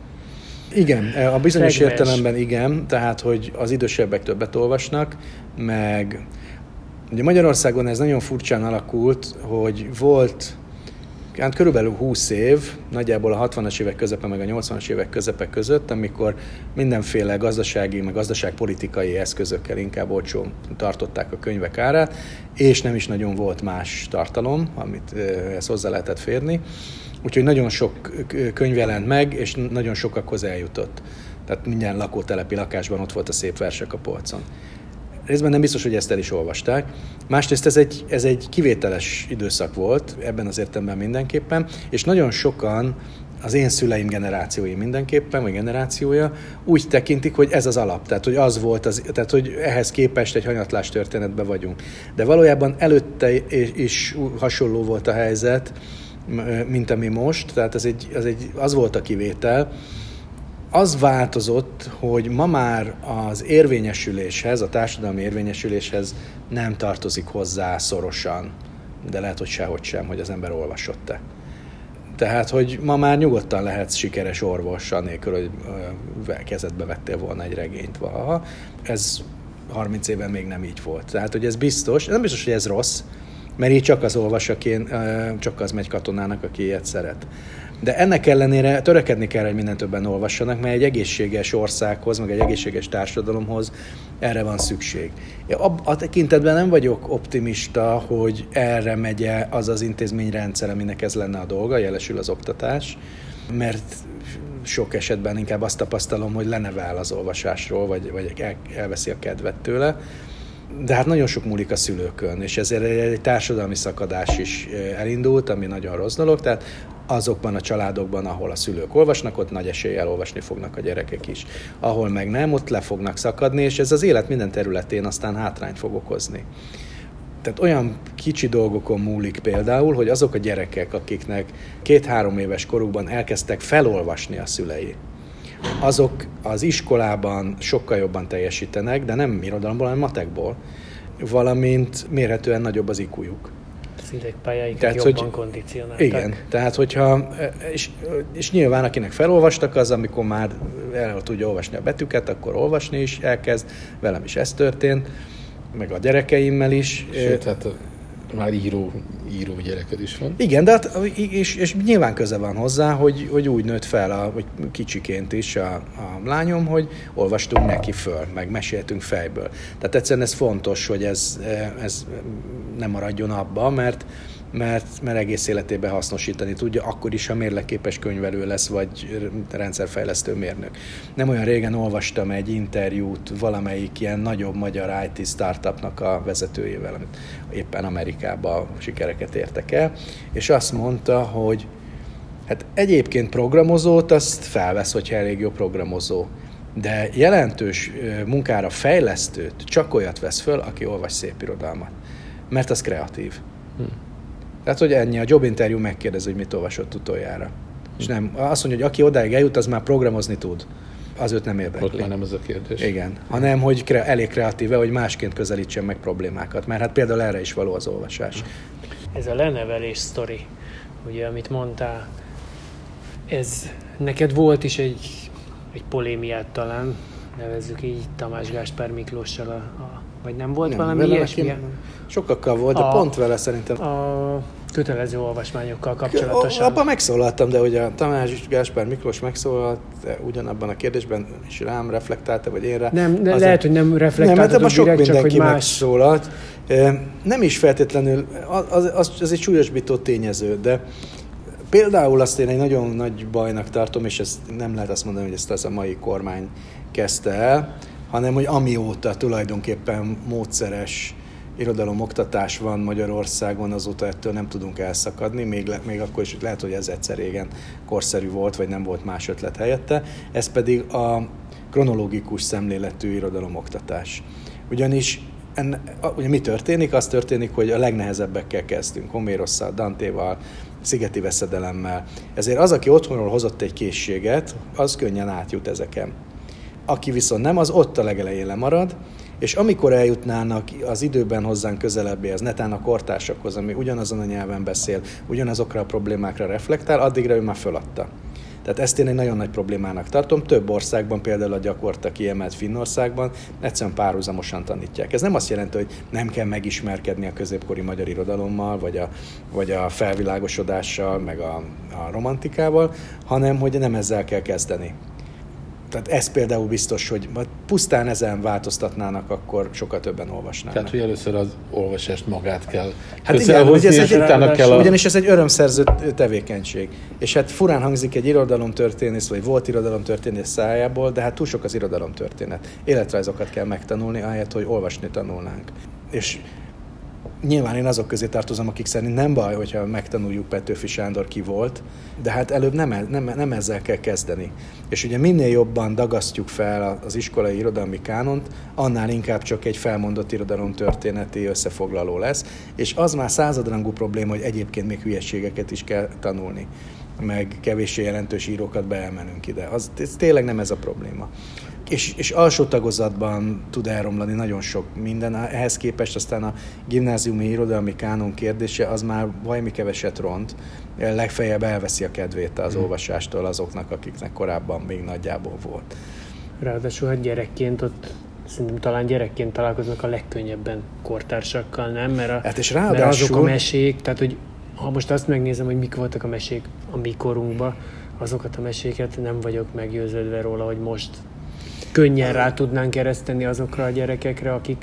Igen, a bizonyos értelemben igen, tehát, hogy az idősebbek többet olvasnak, meg ugye Magyarországon ez nagyon furcsán alakult, hogy volt hát körülbelül 20 év, nagyjából a 60-as évek közepe meg a 80-as évek közepe között, amikor mindenféle gazdasági, meg gazdaságpolitikai eszközökkel inkább olcsón tartották a könyvek árát, és nem is nagyon volt más tartalom, amit ezt hozzá lehetett férni. Úgyhogy nagyon sok könyv jelent meg, és nagyon sokakhoz eljutott. Tehát minden lakótelepi lakásban ott volt a szép versek a polcon. Részben nem biztos, hogy ezt el is olvasták. Másrészt ez egy kivételes időszak volt, ebben az értelemben mindenképpen, és nagyon sokan, az én szüleim generációi mindenképpen, vagy generációja, úgy tekintik, hogy ez az alap, tehát hogy az volt, tehát hogy ehhez képest egy hanyatlás történetben vagyunk. De valójában előtte is hasonló volt a helyzet, mint ami most, tehát az volt a kivétel. Az változott, hogy ma már az érvényesüléshez, a társadalmi érvényesüléshez nem tartozik hozzá szorosan, de lehet, hogy sehogy sem, hogy az ember olvasott-e. Tehát, hogy ma már nyugodtan lehetsz sikeres orvos, anélkül, hogy kezedbe vettél volna egy regényt valaha. Ez 30 éven még nem így volt. Tehát, hogy ez biztos, nem biztos, hogy ez rossz, mert így csak az olvas, csak az megy katonának, aki ilyet szeret. De ennek ellenére törekedni kell, hogy minél többen olvassanak, mert egy egészséges országhoz, meg egy egészséges társadalomhoz erre van szükség. A tekintetben nem vagyok optimista, hogy erre megy az az intézményrendszer, aminek ez lenne a dolga, jelesül az oktatás, mert sok esetben inkább azt tapasztalom, hogy lenevel az olvasásról, vagy elveszi a kedvet tőle. De hát nagyon sok múlik a szülőkön, és ezért egy társadalmi szakadás is elindult, ami nagyon rossz dolog, tehát azokban a családokban, ahol a szülők olvasnak, ott nagy eséllyel olvasni fognak a gyerekek is. Ahol meg nem, ott le fognak szakadni, és ez az élet minden területén aztán hátrányt fog okozni. Tehát olyan kicsi dolgokon múlik például, hogy azok a gyerekek, akiknek 2-3 éves korukban elkezdtek felolvasni a szülei, azok az iskolában sokkal jobban teljesítenek, de nem irodalomból, hanem matekból, valamint mérhetően nagyobb az IQ-juk. Az idegpályáikat jobban kondicionáltak. Igen, tehát hogyha, és nyilván akinek felolvastak, az amikor már el tudja olvasni a betűket, akkor olvasni is elkezd, velem is ez történt, meg a gyerekeimmel is. Sőt, hát már író gyereked is van. Igen, de hát, és nyilván köze van hozzá, hogy úgy nőtt fel, hogy kicsiként is a lányom, hogy olvastunk neki föl, meg meséltünk fejből. Tehát egyszerűen ez fontos, hogy ez nem maradjon abba, mert egész életében hasznosítani tudja, akkor is, ha mérlegképes könyvelő lesz, vagy rendszerfejlesztő mérnök. Nem olyan régen olvastam egy interjút valamelyik ilyen nagyobb magyar IT startupnak a vezetőjével, amit éppen Amerikában sikereket értek el, és azt mondta, hogy hát egyébként programozót azt felvesz, hogyha elég jó programozó, de jelentős munkára fejlesztőt csak olyat vesz föl, aki olvas szép irodalmat, mert az kreatív. Tehát, hogy ennyi, a job interview megkérdez, hogy mit olvasott utoljára. És nem, azt mondja, hogy aki odáig eljut, az már programozni tud. az őt nem érdekli. Ott már nem az a kérdés. Igen, hanem hogy elég kreatíve, hogy másként közelítsen meg problémákat, mert hát például erre is való az olvasás. Ez a lenevelés sztori, ugye, amit mondtál, ez neked volt is egy polémiát talán, nevezzük így Tamás Gáspár Miklóssal, vagy nem volt Nem, valami ilyesmi? Sokakkal volt, de pont vele szerintem. A kötelező olvasmányokkal kapcsolatosan. Abban megszólaltam, de hogy a Tamás Gáspár Miklós megszólalt ugyanabban a kérdésben, és rám reflektálta, vagy én rá. Nem, lehet, hogy nem reflektáltatok direkt, direkt, csak hogy más. Megszólalt. Nem is feltétlenül, az egy súlyosbító tényező, de például azt én egy nagyon nagy bajnak tartom, és ezt nem lehet azt mondani, hogy ezt az a mai kormány kezdte el, hanem hogy amióta tulajdonképpen módszeres irodalomoktatás van Magyarországon, azóta ettől nem tudunk elszakadni, még akkor is lehet, hogy ez egyszer régen korszerű volt, vagy nem volt más ötlet helyette. Ez pedig a kronológikus szemléletű irodalomoktatás. Ugyanis ugye mi történik? Az történik, hogy a legnehezebbekkel kezdtünk, Homérosszal, Dantéval, Szigeti veszedelemmel. Ezért az, aki otthonról hozott egy készséget, az könnyen átjut ezeken. Aki viszont nem, az ott a legelején lemarad, és amikor eljutnának az időben hozzánk közelebbéhez, netán a kortársakhoz, ami ugyanazon a nyelven beszél, ugyanazokra a problémákra reflektál, addigra ő már föladta. Tehát ezt én egy nagyon nagy problémának tartom. Több országban, például a gyakorta kiemelt Finnországban egyszerűen párhuzamosan tanítják. Ez nem azt jelenti, hogy nem kell megismerkedni a középkori magyar irodalommal, vagy a felvilágosodással, meg a romantikával, hanem hogy nem ezzel kell kezdeni. Tehát ez például biztos, hogy pusztán ezen változtatnának, akkor sokkal többen olvasnának. Tehát, hogy először az olvasást magát kell közelhozni, és utána kell ugyanis ez egy örömszerző tevékenység. És hát furán hangzik egy irodalomtörténész, vagy volt irodalomtörténész szájából, de hát túl sok az irodalomtörténet. Életrajzokat kell megtanulni, ahelyett, hogy olvasni tanulnánk. És nyilván én azok közé tartozom, akik szerint nem baj, hogyha megtanuljuk Petőfi Sándor ki volt, de hát előbb nem ezzel kell kezdeni. És ugye minél jobban dagasztjuk fel az iskolai irodalmi kánont, annál inkább csak egy felmondott irodalomtörténeti összefoglaló lesz, és az már századrangú probléma, hogy egyébként még hülyeségeket is kell tanulni, meg kevéssé jelentős írókat beemelünk ide. Ez tényleg nem ez a probléma. És alsó tagozatban tud elromlani nagyon sok minden. Ehhez képest aztán a gimnáziumi irodalmi kánon kérdése az már valami keveset ront. Legfeljebb elveszi a kedvét az olvasástól azoknak, akiknek korábban még nagyjából volt. Ráadásul hát gyerekként ott szerintem talán gyerekként találkoznak a legkönnyebben kortársakkal, nem? Hát és mert azok a mesék, tehát hogy ha most azt megnézem, hogy mik voltak a mesék a mi korunkban, azokat a meséket nem vagyok meggyőződve róla, hogy most könnyen rá tudnánk kereszteni azokra a gyerekekre, akik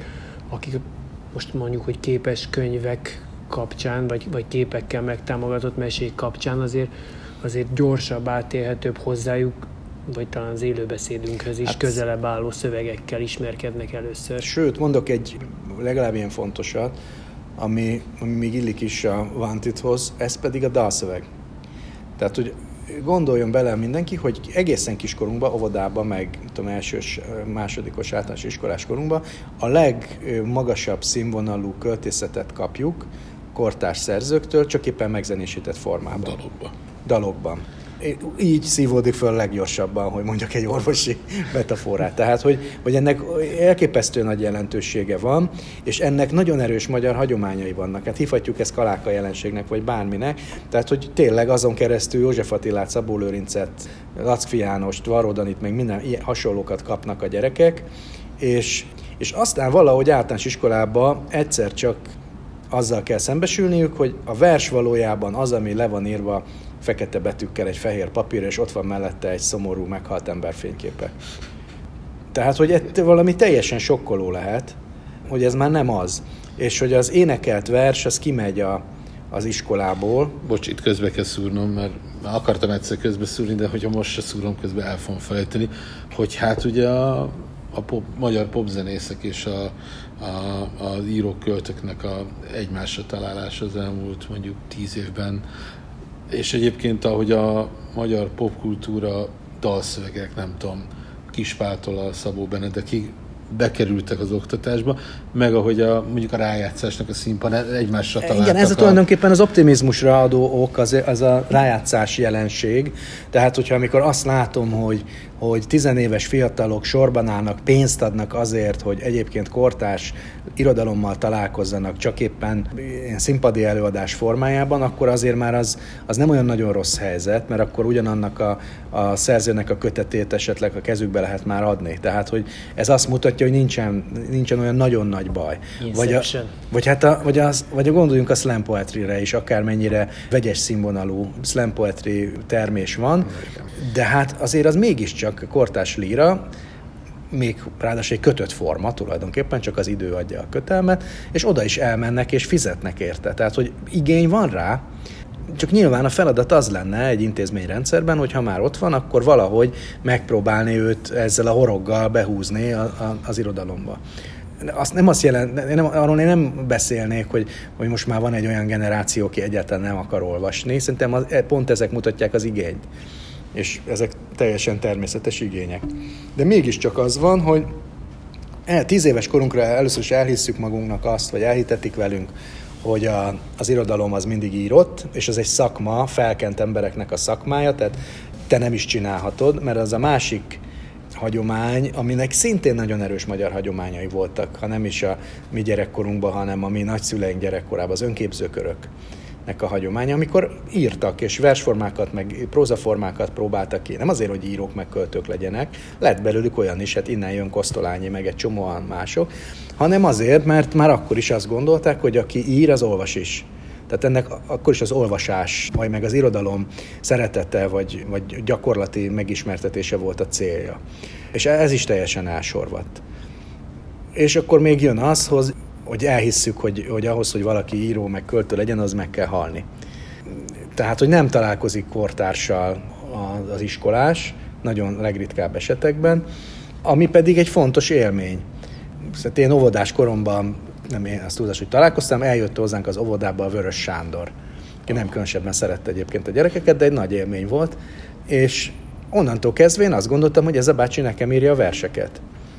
most mondjuk, hogy képes könyvek kapcsán, vagy képekkel megtámogatott mesék kapcsán azért gyorsabb, átélhetőbb hozzájuk, vagy talán az élőbeszédünkhöz is közelebb álló szövegekkel ismerkednek először. Sőt, mondok egy legalább ilyen fontosat, ami még illik is a Wantithoz, ez pedig a dalszöveg. Tehát, hogy gondoljon bele mindenki, hogy egészen kiskorunkban, óvodában, meg elsős, másodikos általános iskolás korunkban a legmagasabb színvonalú költészetet kapjuk kortárs szerzőktől, csak éppen megzenésített formában. Dalokban. Így szívódik föl leggyorsabban, hogy mondjak egy orvosi metaforát. Tehát, hogy ennek elképesztő nagy jelentősége van, és ennek nagyon erős magyar hagyományai vannak. Hát hívhatjuk ezt Kaláka jelenségnek, vagy bárminek. Tehát, hogy tényleg azon keresztül József Attilát, Szabó Lőrincet, Lackfi Jánost, Varró Danit, meg minden ilyen hasonlókat kapnak a gyerekek, és aztán valahogy általános iskolában egyszer csak azzal kell szembesülniük, hogy a vers valójában az, ami le van írva fekete betűkkel egy fehér papírra, és ott van mellette egy szomorú, meghalt ember fényképe. Tehát, hogy valami teljesen sokkoló lehet, hogy ez már nem az. És hogy az énekelt vers, az kimegy az iskolából. Bocs, itt közbe kell szúrnom, mert akartam egyszer közbe szúrni, de hogyha most se szúrom, közben el fogom felejteni, hogy hát ugye a magyar popzenészek és az írók, költőknek a egymásra találása az elmúlt mondjuk 10 évben, és egyébként ahogy a magyar popkultúra dalszövegek, nem tudom, Kispától a Szabó Benedekig bekerültek az oktatásba, meg ahogy mondjuk a rájátszásnak a színpad egymásra találtak. Igen, ez tulajdonképpen az optimizmusra adó ok, az a rájátszás jelenség. Tehát, hogyha amikor azt látom, hogy 10 éves fiatalok sorban állnak, pénzt adnak azért, hogy egyébként kortárs irodalommal találkozzanak, csak éppen ilyen színpadi előadás formájában, akkor azért már az nem olyan nagyon rossz helyzet, mert akkor ugyanannak a szerzőnek a kötetét esetleg a kezükbe lehet már adni. Tehát, hogy ez azt mutatja, hogy nincsen olyan nagyon nagy baj. Vagy gondoljunk a slam poetryre is, akármennyire vegyes színvonalú slam poetry termés van, de hát azért az mégiscsak kortárs líra, még ráadásul egy kötött forma tulajdonképpen, csak az idő adja a kötelmet, és oda is elmennek és fizetnek érte. Tehát, hogy igény van rá, csak nyilván a feladat az lenne egy intézményrendszerben, hogy ha már ott van, akkor valahogy megpróbálni őt ezzel a horoggal behúzni az irodalomba. Arról én nem beszélnék, hogy most már van egy olyan generáció, aki egyáltalán nem akar olvasni. Szerintem pont ezek mutatják az igényt. És ezek teljesen természetes igények. De mégiscsak az van, hogy 10 éves korunkra először is elhisszük magunknak azt, vagy elhitetik velünk, hogy az irodalom az mindig írott, és ez egy szakma, felkent embereknek a szakmája, tehát te nem is csinálhatod, mert az a másik hagyomány, aminek szintén nagyon erős magyar hagyományai voltak, ha nem is a mi gyerekkorunkban, hanem a mi nagyszüleink gyerekkorában, az önképzőköröknek a hagyománya, amikor írtak, és versformákat, meg prózaformákat próbáltak ki. Nem azért, hogy írók, meg költők legyenek, lett belőlük olyan is, hát innen jön Kosztolányi, meg egy csomóan mások, hanem azért, mert már akkor is azt gondolták, hogy aki ír, az olvas is. Tehát ennek akkor is az olvasás, vagy meg az irodalom szeretete, vagy gyakorlati megismertetése volt a célja. És ez is teljesen elsorvadt. És akkor még jön az, hogy elhisszük, hogy ahhoz, hogy valaki író, meg költő legyen, az meg kell halni. Tehát, hogy nem találkozik kortárssal az iskolás, nagyon legritkább esetekben, ami pedig egy fontos élmény. Szóval én óvodás koromban, nem én azt tudás, hogy találkoztam, eljött hozzánk az óvodába a Vörös Sándor, aki nem különösebben szerette egyébként a gyerekeket, de egy nagy élmény volt, és onnantól kezdve én azt gondoltam, hogy ez a bácsi nekem írja a verseket.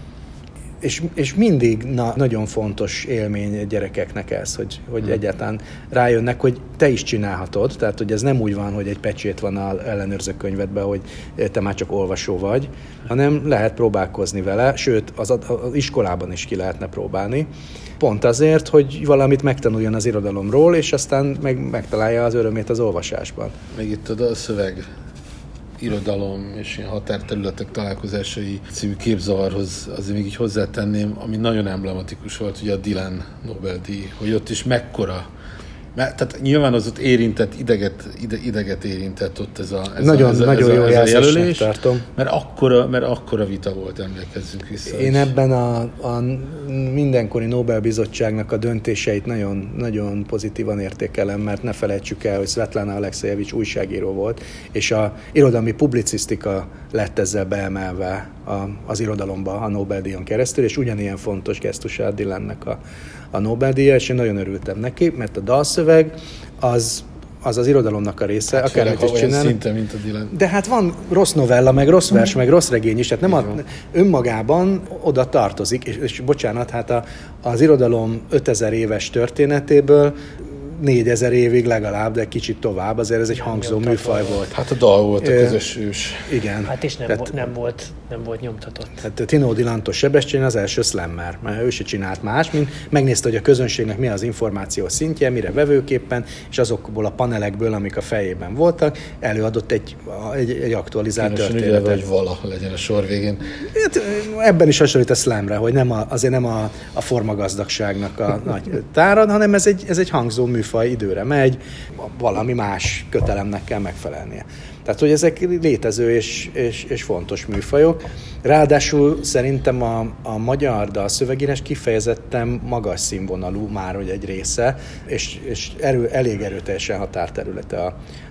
És mindig nagyon fontos élmény gyerekeknek ez, hogy egyáltalán rájönnek, hogy te is csinálhatod, tehát hogy ez nem úgy van, hogy egy pecsét van az ellenőrző könyvedben, hogy te már csak olvasó vagy, hanem lehet próbálkozni vele, sőt az iskolában is ki lehetne próbálni, pont azért, hogy valamit megtanuljon az irodalomról, és aztán megtalálja az örömét az olvasásban. Még itt a szöveg irodalom és ilyen határterületek találkozásai című képzavarhoz azért még így hozzátenném, ami nagyon emblematikus volt, ugye a Dylan Nobel-díj, hogy ott is mekkora. Tehát nyilván az ott érintett, ideget érintett ott ez a jó jelzésnek tartom. Mert akkora vita volt, emlékezzünk vissza. Én ebben a mindenkori Nobel-bizottságnak a döntéseit nagyon, nagyon pozitívan értékelem, mert ne felejtsük el, hogy Svetlana Alexejevics újságíró volt, és a irodalmi publicisztika lett ezzel beemelve az irodalomba a Nobel-díjon keresztül, és ugyanilyen fontos gesztusa a Dylannek a Nobel-díja, és én nagyon örültem neki, mert a dalszöveg az irodalomnak a része, hát akármit is csinálni. Szinte, mint a Dylan. De hát van rossz novella, meg rossz vers, meg rossz regény is, tehát nem önmagában oda tartozik, és bocsánat, hát az irodalom 5000 éves történetéből 4000 évig legalább, de kicsit tovább, azért ez egy hangzó műfaj volt. Hát a dal volt a közös ős. Igen. Hát és nem volt nyomtatott. Hát Tino Dylantos Sebestyén az első slammer, mert ő se csinált más, mint megnézte, hogy a közönségnek mi az információ szintje, mire vevőképpen, és azokból a panelekből, amik a fejében voltak, előadott egy aktualizált történetet. Hogy vala legyen a sor végén. Hát, ebben is hasonlít a slamre, hogy azért nem a formagazdagságnak a nagy tárad, hanem ez egy hangzó műfaj, időre megy, valami más kötelemnek kell megfelelnie. Tehát, hogy ezek létező és fontos műfajok. Ráadásul szerintem a magyar dalszövegírás kifejezetten magas színvonalú már, hogy egy része, és elég erőteljesen határterülete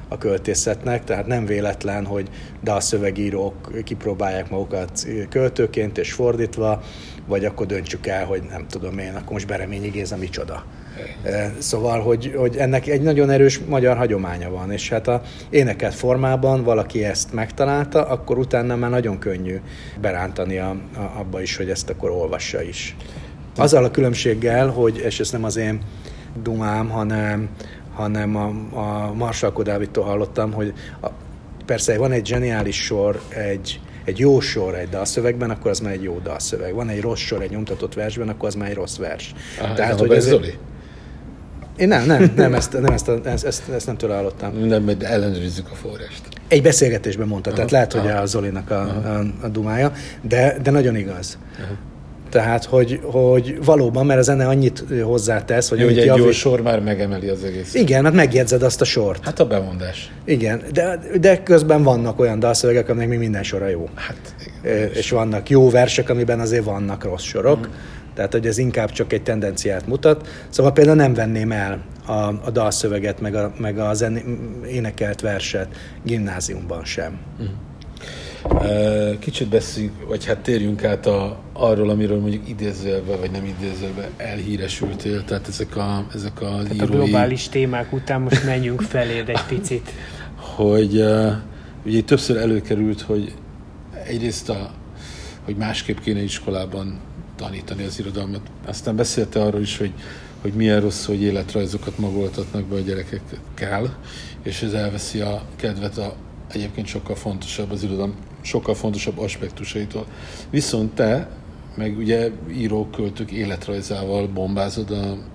a költészetnek, tehát nem véletlen, hogy dalszövegírók kipróbálják magukat költőként és fordítva, vagy akkor döntsük el, hogy nem tudom én, akkor most Bereményi Géza micsoda. Szóval, hogy ennek egy nagyon erős magyar hagyománya van, és hát a énekelt formában valaki ezt megtalálta, akkor utána már nagyon könnyű berántani abba is, hogy ezt akkor olvassa is. Azzal a különbséggel, hogy, és ez nem az én dumám, hanem a Marsalko Dávidtól hallottam, hogy persze van egy zseniális sor, egy jó sor egy dalszövegben, akkor az már egy jó dalszöveg. Van egy rossz sor egy nyomtatott versben, akkor az már egy rossz vers. Tehát, hogy ez Zoli? Én nem, ezt nem tőle hallottam. Nem, de ellenőrizzük a forrást. Egy beszélgetésben mondta, tehát lehet, hogy a Zolinak a dumája, de nagyon igaz. Tehát, hogy valóban, mert a zene annyit hozzátesz, hogy... Ugye egy jó sor már megemeli az egész. Igen, mert megjegyzed azt a sort. Hát a bemondás. Igen, de közben vannak olyan dalszövegek, aminek még minden sora jó. Hát igen. És vannak jó versek, amiben azért vannak rossz sorok. Tehát, hogy ez inkább csak egy tendenciát mutat. Szóval például nem venném el a dalszöveget, meg a énekelt verset gimnáziumban sem. Kicsit beszéljünk, vagy hát térjünk át arról, amiről mondjuk idézőjelben, vagy nem idézőjelben elhíresültél, tehát ezek az írói... A globális témák után most menjünk feléd egy picit. Hogy ugye többször előkerült, hogy egyrészt hogy másképp kéne iskolában tanítani az irodalmat. Aztán beszélte arról is, hogy milyen rossz, hogy életrajzokat magoltatnak be a gyerekekkel, és ez elveszi a kedvet egyébként sokkal fontosabb az irodalom, sokkal fontosabb aspektusaitól. Viszont te, meg ugye írók, költők életrajzával bombázod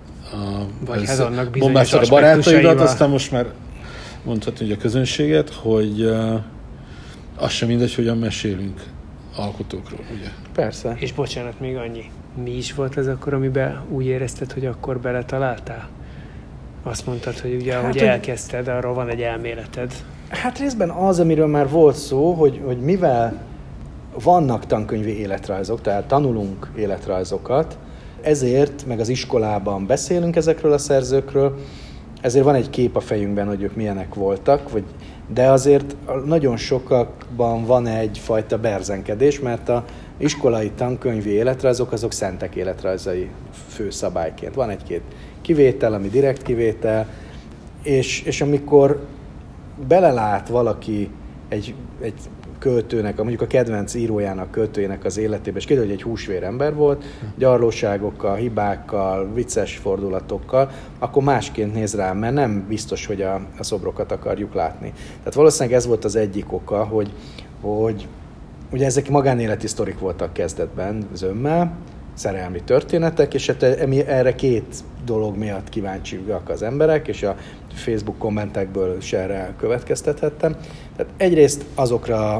bombázod a barátaidat, aztán most már mondhatni, hogy a közönséget, hogy az sem mindegy, hogyan mesélünk alkotókról, ugye? Persze. És bocsánat, még annyi. Mi is volt ez akkor, amiben úgy érezted, hogy akkor beletaláltál? Azt mondtad, hogy ugye, ahogy elkezdted, arról van egy elméleted. Hát részben az, amiről már volt szó, hogy mivel vannak tankönyvi életrajzok, tehát tanulunk életrajzokat, ezért, meg az iskolában beszélünk ezekről a szerzőkről, ezért van egy kép a fejünkben, hogy ők milyenek voltak, de azért nagyon sokakban van egyfajta berzenkedés, mert az iskolai tankönyvi életrajzok azok szentek életrajzai főszabályként. Van egy-két kivétel, ami direkt kivétel, és amikor belelát valaki egy költőnek, mondjuk a kedvenc írójának, költőjének az életébe, és kiderül, hogy egy húsvér ember volt, gyarlóságokkal, hibákkal, vicces fordulatokkal, akkor másként néz rá, mert nem biztos, hogy a szobrokat akarjuk látni. Tehát valószínűleg ez volt az egyik oka, hogy ugye ezek magánéleti sztorik voltak kezdetben zömmel, szerelmi történetek, és hát erre két dolog miatt kíváncsiak az emberek, és a Facebook kommentekből is erre következtethettem. Tehát egyrészt azokra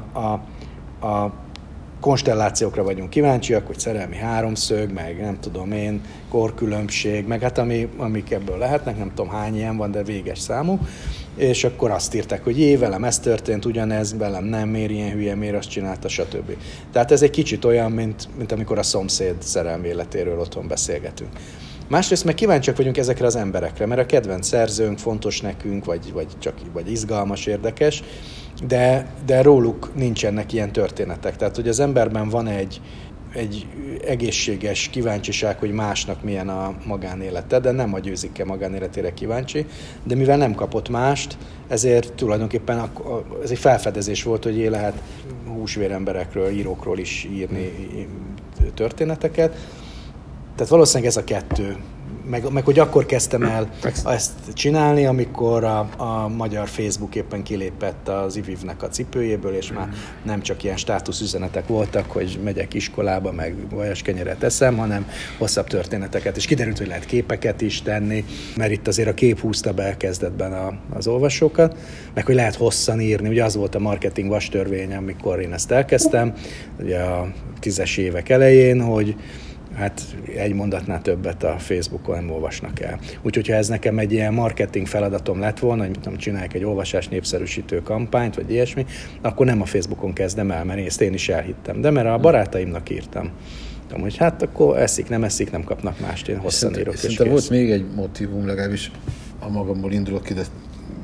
a konstellációkra vagyunk kíváncsiak, hogy szerelmi háromszög, meg nem tudom én, korkülönbség, meg hát amik ebből lehetnek, nem tudom hány ilyen van, de véges számú. És akkor azt írták, hogy velem ez történt, ugyanez, velem nem, miért ilyen hülye, miért azt csinálta, stb. Tehát ez egy kicsit olyan, mint amikor a szomszéd szerelmi életéről otthon beszélgetünk. Másrészt meg kíváncsiak vagyunk ezekre az emberekre, mert a kedvenc szerzőnk fontos nekünk, vagy izgalmas, érdekes, de róluk nincsenek ilyen történetek. Tehát, hogy az emberben van egy egészséges kíváncsiság, hogy másnak milyen a magánélete, de nem a győzike magánéletére kíváncsi, de mivel nem kapott mást, ezért tulajdonképpen ez egy felfedezés volt, hogy lehet húsvéremberekről, írókról is írni történeteket. Tehát valószínűleg ez a kettő. Meg hogy akkor kezdtem el ezt csinálni, amikor a magyar Facebook éppen kilépett az IVIV-nek a cipőjéből, és már nem csak ilyen státuszüzenetek voltak, hogy megyek iskolába, meg vajaskenyeret eszem, hanem hosszabb történeteket. És kiderült, hogy lehet képeket is tenni, mert itt azért a kép húzta be kezdetben az olvasókat, meg hogy lehet hosszan írni. Ugye az volt a marketing vastörvény, amikor én ezt elkezdtem, ugye a 10-es évek elején, hogy hát egy mondatnál többet a Facebookon nem olvasnak el. Úgyhogy ha ez nekem egy ilyen marketing feladatom lett volna, hogy nem csinálják egy olvasás népszerűsítő kampányt, vagy ilyesmi, akkor nem a Facebookon kezdem el, mert én is elhittem. De mert a barátaimnak írtam. Hogy hát akkor eszik, nem kapnak mást, én hosszan írok. Szerintem volt még egy motívum, legalábbis a magamból indulok ki, de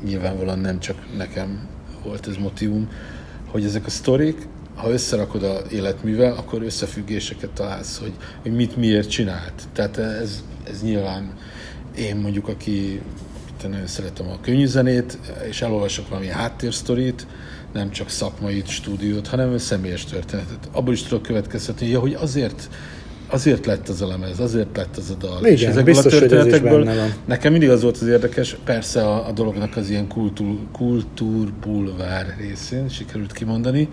nyilvánvalóan nem csak nekem volt ez motívum, hogy ezek a sztorik, ha összerakod az életművel, akkor összefüggéseket találsz, hogy mit miért csinált. Tehát ez nyilván én mondjuk, aki nagyon szeretem a könnyű zenét, és elolvasok valami háttérsztorit, nem csak szakmai stúdiót, hanem személyes történetet. Abból is tudok következtetni, hogy azért lett az a lemez, azért lett az a dal. Igen, és ezekből a történetekből nekem mindig az volt az érdekes, persze a dolognak az ilyen kultúrbulvár részén sikerült kimondani,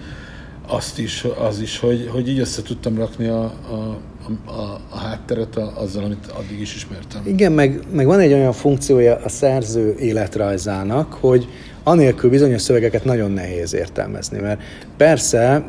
az is, hogy így össze tudtam rakni a hátteret azzal, amit addig is ismertem. Igen, meg van egy olyan funkciója a szerző életrajzának, hogy anélkül bizonyos szövegeket nagyon nehéz értelmezni, mert persze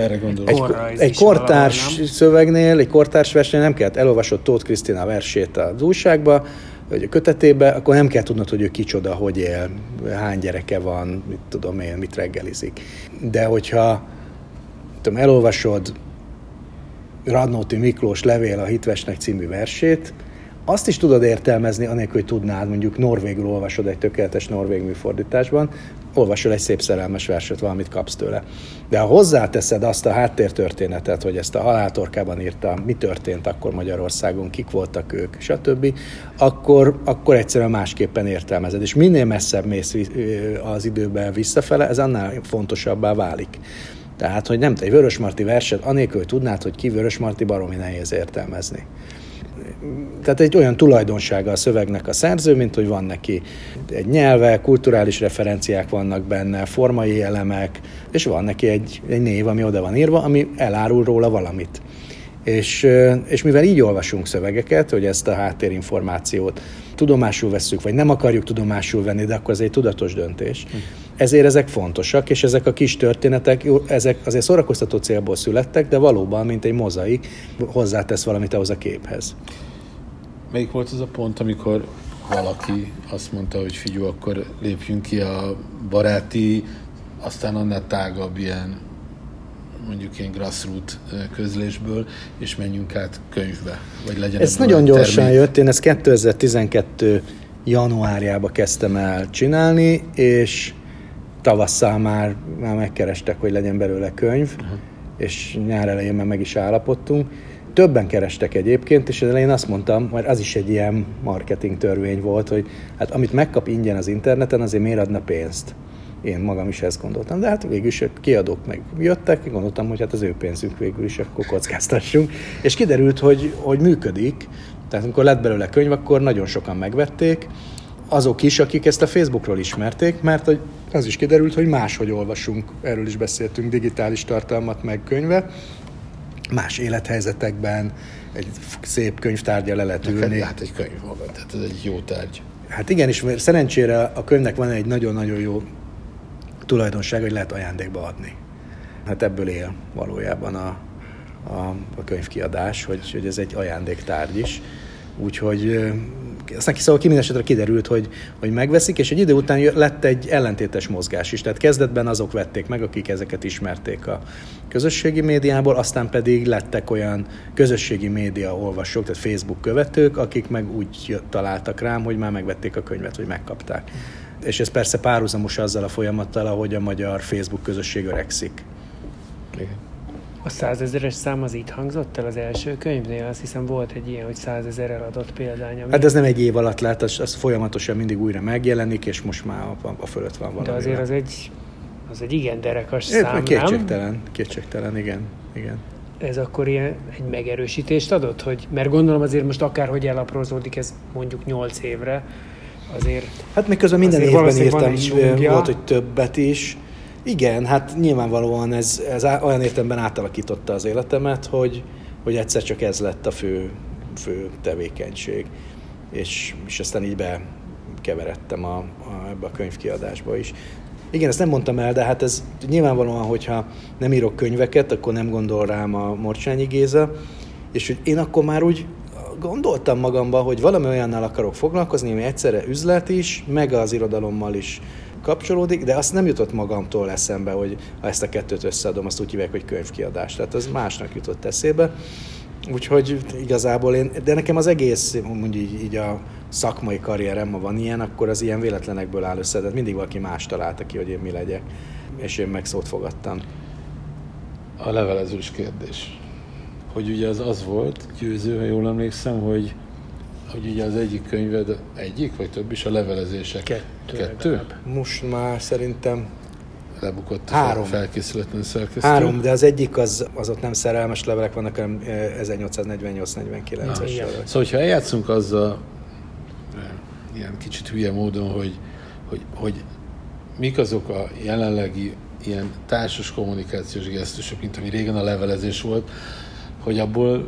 egy kortárs szövegnél, egy kortárs versnél nem kellett, elolvasod Tóth Krisztina versét az újságba, vagy a kötetébe, akkor nem kell tudnod, hogy ő kicsoda, hogy él, hány gyereke van, mit tudom én, mit reggelizik. De hogyha elolvasod Radnóti Miklós Levél a Hitvesnek című versét, azt is tudod értelmezni, anélkül, hogy tudnád, mondjuk norvégül olvasod egy tökéletes norvég műfordításban, olvasol egy szép szerelmes verset, valamit kapsz tőle. De ha hozzáteszed azt a háttértörténetet, hogy ezt a Haláltorkában írtam, mi történt akkor Magyarországon, kik voltak ők, stb., akkor egyszerűen másképpen értelmezed. És minél messzebb mész az időben visszafele, ez annál fontosabbá válik. Tehát, hogy nem egy Vörösmarty verset, anélkül, hogy tudnád, hogy ki Vörösmarty, baromi nehéz értelmezni. Tehát egy olyan tulajdonsága a szövegnek a szerző, mint hogy van neki egy nyelve, kulturális referenciák vannak benne, formai elemek, és van neki egy név, ami oda van írva, ami elárul róla valamit. És mivel így olvasunk szövegeket, hogy ezt a háttérinformációt tudomásul vesszük, vagy nem akarjuk tudomásul venni, de akkor ez egy tudatos döntés. Ezért ezek fontosak, és ezek a kis történetek, ezek azért szórakoztató célból születtek, de valóban, mint egy mozaik, hozzátesz valamit ahhoz a képhez. Melyik volt az a pont, amikor valaki azt mondta, hogy figyelj, akkor lépjünk ki a baráti, aztán annál tágabb ilyen, mondjuk ilyen grassroot közlésből, és menjünk át könyvbe, vagy legyen ez nagyon gyorsan jött, én ezt 2012 januárjában kezdtem el csinálni, és tavasszal már megkerestek, hogy legyen belőle könyv, és nyár elején már meg is állapodtunk. Többen kerestek egyébként, és elején azt mondtam, mert az is egy ilyen marketing törvény volt, hogy hát amit megkap ingyen az interneten, azért miért adna pénzt? Én magam is ezt gondoltam, de hát végül is kiadók meg jöttek, gondoltam, hogy hát az ő pénzünk végül is, akkor kockáztassunk. És kiderült, hogy működik, tehát amikor lett belőle könyv, akkor nagyon sokan megvették, azok is, akik ezt a Facebookról ismerték, mert az is kiderült, hogy máshogy olvasunk, erről is beszéltünk, digitális tartalmat meg könyve, más élethelyzetekben, egy szép könyvtárgya le lehet ülni. Hát egy könyv maga, tehát ez egy jó tárgy. Hát igen, és szerencsére a könyvnek van egy nagyon-nagyon jó tulajdonság, hogy lehet ajándékba adni. Hát ebből él valójában a könyvkiadás, hogy ez egy ajándéktárgy is. Úgyhogy aztán szóval mindenesetre kiderült, hogy megveszik, és egy idő után lett egy ellentétes mozgás is. Tehát kezdetben azok vették meg, akik ezeket ismerték a közösségi médiából, aztán pedig lettek olyan közösségi média olvasók, tehát Facebook követők, akik meg úgy találtak rám, hogy már megvették a könyvet, hogy megkapták. És ez persze párhuzamos azzal a folyamattal, ahogy a magyar Facebook közösség öregszik. Igen. A 100 000-es szám az itt hangzott el az első könyvnél? Azt hiszem volt egy ilyen, hogy 100 000 eladott példány. Hát ez nem egy év alatt lett, az folyamatosan mindig újra megjelenik, és most már a fölött van valami. De azért az egy igen derekas szám, Kétségtelen, igen. Ez akkor ilyen egy megerősítést adott? Mert gondolom azért most akárhogy elaprózódik ez mondjuk 8 évre, azért... Hát még közben minden évben írtam, volt, hogy többet is. Igen, hát nyilvánvalóan ez olyan értelemben átalakította az életemet, hogy egyszer csak ez lett a fő tevékenység. És aztán így bekeveredtem ebbe a könyvkiadásba is. Igen, ezt nem mondtam el, de hát ez nyilvánvalóan, hogyha nem írok könyveket, akkor nem gondol rám a Morcsányi Géza, és hogy én akkor már úgy gondoltam magamba, hogy valami olyannal akarok foglalkozni, ami egyszerre üzlet is, meg az irodalommal is kapcsolódik, de azt nem jutott magamtól eszembe, hogy ha ezt a kettőt összeadom, azt úgy hívják, hogy könyvkiadás. Tehát az másnak jutott eszébe. Úgyhogy igazából de nekem az egész, mondjuk így a szakmai karrierem, ha van ilyen, akkor az ilyen véletlenekből áll össze, tehát mindig valaki más találta ki, hogy én mi legyek, és én meg szót fogadtam. A levelezős kérdés. Hogy ugye az volt, Győző, ha jól emlékszem, hogy ugye az egyik könyved, egyik vagy több is a levelezések. Kettő? Most már szerintem lebukott 3. felkészületlen szerkesztő. 3, de az egyik az ott nem szerelmes levelek vannak, hanem 1848-49-es. Szóval, hogyha eljátszunk azzal, ilyen kicsit hülye módon, hogy mik azok a jelenlegi ilyen társas kommunikációs gesztusok, mint ami régen a levelezés volt, hogy abból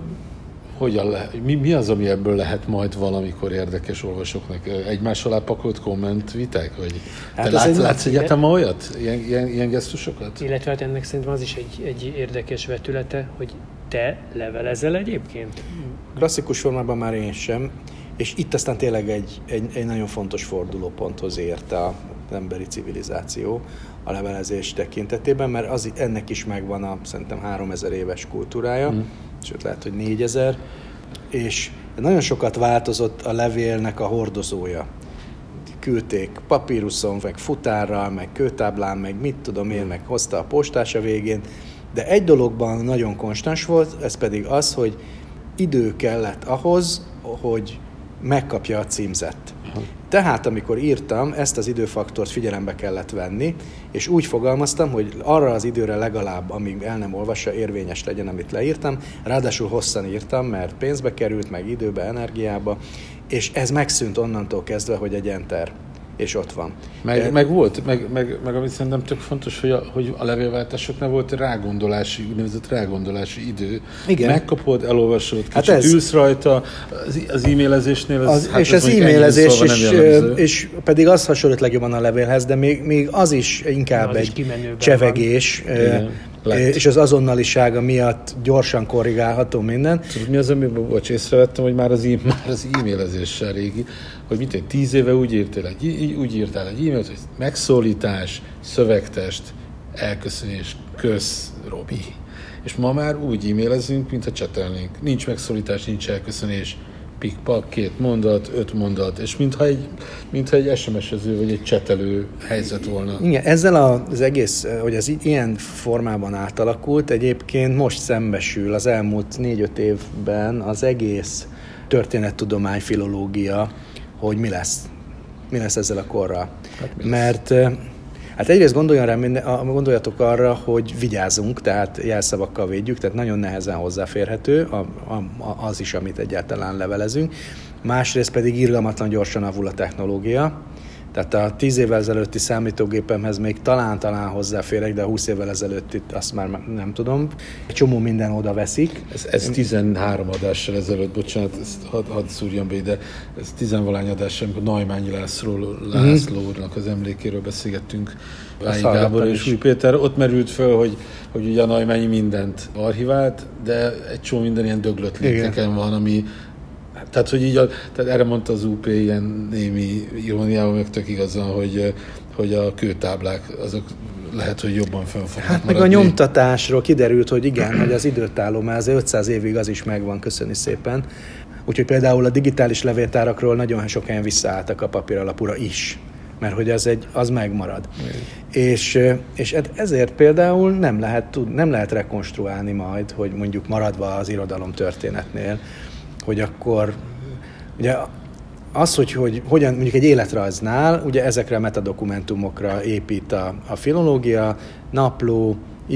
mi az, ami ebből lehet majd valamikor érdekes olvasóknak? Egymás alá pakolt komment viták? Vagy hát te látsz egyáltalán olyat? Ilyen gesztusokat? Illetve hát ennek szerintem az is egy érdekes vetülete, hogy te levelezel egyébként? Klasszikus formában már én sem, és itt aztán tényleg egy nagyon fontos fordulóponthoz ért az emberi civilizáció a levelezés tekintetében, mert ennek is megvan szerintem 3000 éves kultúrája, sőt lehet, hogy 4000, és nagyon sokat változott a levélnek a hordozója. Küldték papíruszon, meg futárral, meg kőtáblán, meg mit tudom én, meg hozta a postás a végén, de egy dologban nagyon konstans volt, ez pedig az, hogy idő kellett ahhoz, hogy megkapja a címzett. Tehát, amikor írtam, ezt az időfaktort figyelembe kellett venni, és úgy fogalmaztam, hogy arra az időre legalább, amíg el nem olvassa, érvényes legyen, amit leírtam. Ráadásul hosszan írtam, mert pénzbe került, meg időbe, energiába, és ez megszűnt onnantól kezdve, hogy egy enter, és ott van. Meg amit szerintem tök fontos, hogy a levélváltásoknál volt úgynevezett rágondolási idő. Igen. Megkapod, elolvasod, kicsit ülsz rajta, az e-mailezésnél és az e-mailezés és pedig az hasonlít legjobban a levélhez, de még az is inkább egy csevegés, és az azonnalisága miatt gyorsan korrigálható minden. Tudod, mi az, amiben észrevettem, hogy már az e-mailezéssel régi, hogy 10 éve úgy írtál egy e-mailt, hogy megszólítás, szövegtest, elköszönés, kösz, Robi. És ma már úgy e-mailezünk, mintha csetelnénk. Nincs megszólítás, nincs elköszönés, pikpak, 2 mondat, 5 mondat, és mintha egy SMS-ező vagy egy csetelő helyzet volna. Igen, ezzel az egész, hogy ez ilyen formában átalakult, egyébként most szembesül az elmúlt 4-5 évben az egész történettudomány, filológia, hogy mi lesz ezzel a korral. Mert hát egyrészt gondoljatok arra, hogy vigyázzunk, tehát jelszavakkal védjük, tehát nagyon nehezen hozzáférhető az is, amit egyáltalán levelezünk. Másrészt pedig irgalmatlan gyorsan avul a technológia. Tehát a 10 évvel ezelőtti számítógépemhez még talán hozzáférek, de a 20 évvel ezelőtt itt azt már nem tudom. Egy csomó minden oda veszik. Ez 13 adással ezelőtt, bocsánat, ezt hadd szúrjam be ide, ez 10-valány adással, amikor Naimányi László úrnak az emlékéről beszélgettünk, Vályi Gábor és Új Péter, ott merült föl, hogy ugye a Naimányi mindent archivált, de egy csomó minden ilyen döglött linkeken van, ami tehát, hogy így tehát erre mondta az UP ilyen némi iróniával, meg tök igazán, hogy a kőtáblák azok lehet, hogy jobban fönn fognak maradni. Meg a nyomtatásról kiderült, hogy igen, hogy az időtálló már az 500 évig az is megvan, köszöni szépen. Úgyhogy például a digitális levéltárakról nagyon sok helyen visszaálltak a papíralapúra is, mert hogy az megmarad. És ezért például nem lehet rekonstruálni majd, hogy mondjuk maradva az irodalom történetnél, hogy akkor ugye az, hogy hogyan mondjuk egy életrajznál, ugye ezekre a metadokumentumokra épít a filológia, napló,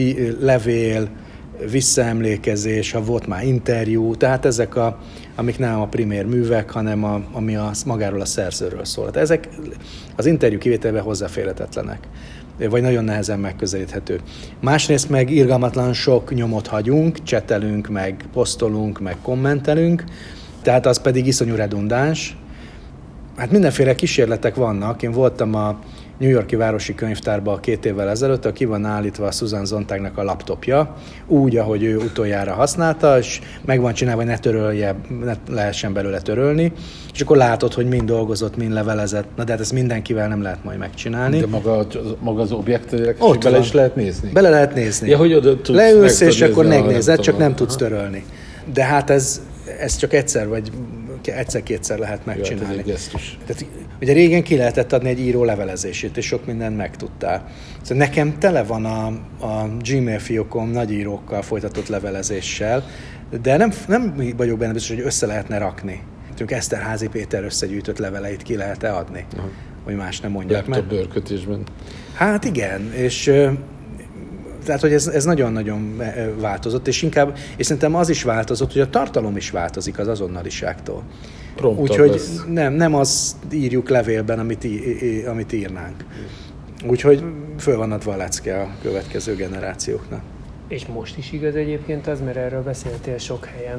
levél, visszaemlékezés, ha volt már interjú, tehát ezek amik nem a primér művek, hanem ami magáról a szerzőről szól. Tehát ezek az interjú kivételben hozzáférhetetlenek, vagy nagyon nehezen megközelíthető. Másrészt meg irgalmatlan sok nyomot hagyunk, csetelünk, meg posztolunk, meg kommentelünk, tehát az pedig iszonyú redundáns. Hát mindenféle kísérletek vannak. Én voltam a New York-i Városi Könyvtárban 2 évvel ezelőtt, ki van állítva a Susan Sontagnak a laptopja, úgy, ahogy ő utoljára használta, és meg van csinálva, hogy ne lehessen belőle törölni, és akkor látod, hogy mind dolgozott, mind levelezett. Na de hát ezt mindenkivel nem lehet majd megcsinálni. De maga az objekt, bele is lehet nézni? Bele lehet nézni. Ja, hogy oda tudsz leülsz, és akkor megnézed, csak nem tudsz törölni. De hát ez csak egyszer-kétszer lehet megcsinálni. Tehát, ugye régen ki lehetett adni egy író levelezését, és sok mindent megtudtál. Szóval nekem tele van a Gmail fiókom nagyírókkal folytatott levelezéssel, de nem vagyok benne biztos, hogy össze lehetne rakni. Eszterházy Péter összegyűjtött leveleit ki lehet-e adni? Aha. Hogy más nem mondják meg. Laptop bőrkötésben. Hát igen, és tehát, hogy ez nagyon-nagyon változott, és szerintem az is változott, hogy a tartalom is változik az azonnaliságtól. Úgyhogy nem azt írjuk levélben, amit írnánk. Úgyhogy föl van adva a lecke a következő generációknak. És most is igaz egyébként az, mert erről beszéltél sok helyen,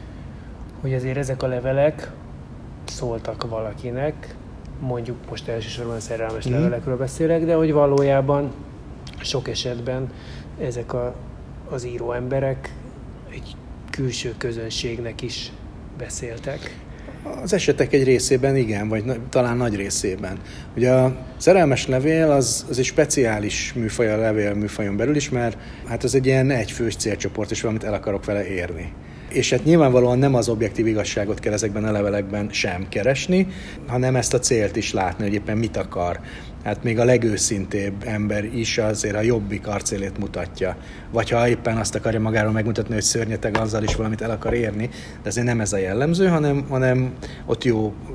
hogy azért ezek a levelek szóltak valakinek, mondjuk most elsősorban szerelmes levelekről beszélek, de hogy valójában sok esetben ezek az író emberek egy külső közönségnek is beszéltek. Az esetek egy részében igen, vagy talán nagy részében. Ugye a szerelmes levél az egy speciális műfaj a levél műfajon belül is, mert hát az egy ilyen egyfős célcsoport, és valamit el akarok vele érni. És hát nyilvánvalóan nem az objektív igazságot kell ezekben a levelekben sem keresni, hanem ezt a célt is látni, hogy éppen mit akar. Hát még a legőszintébb ember is azért a jobbik arcélét mutatja. Vagy ha éppen azt akarja magáról megmutatni, hogy szörnyeteg, azzal is valamit el akar érni, de azért nem ez a jellemző, hanem ott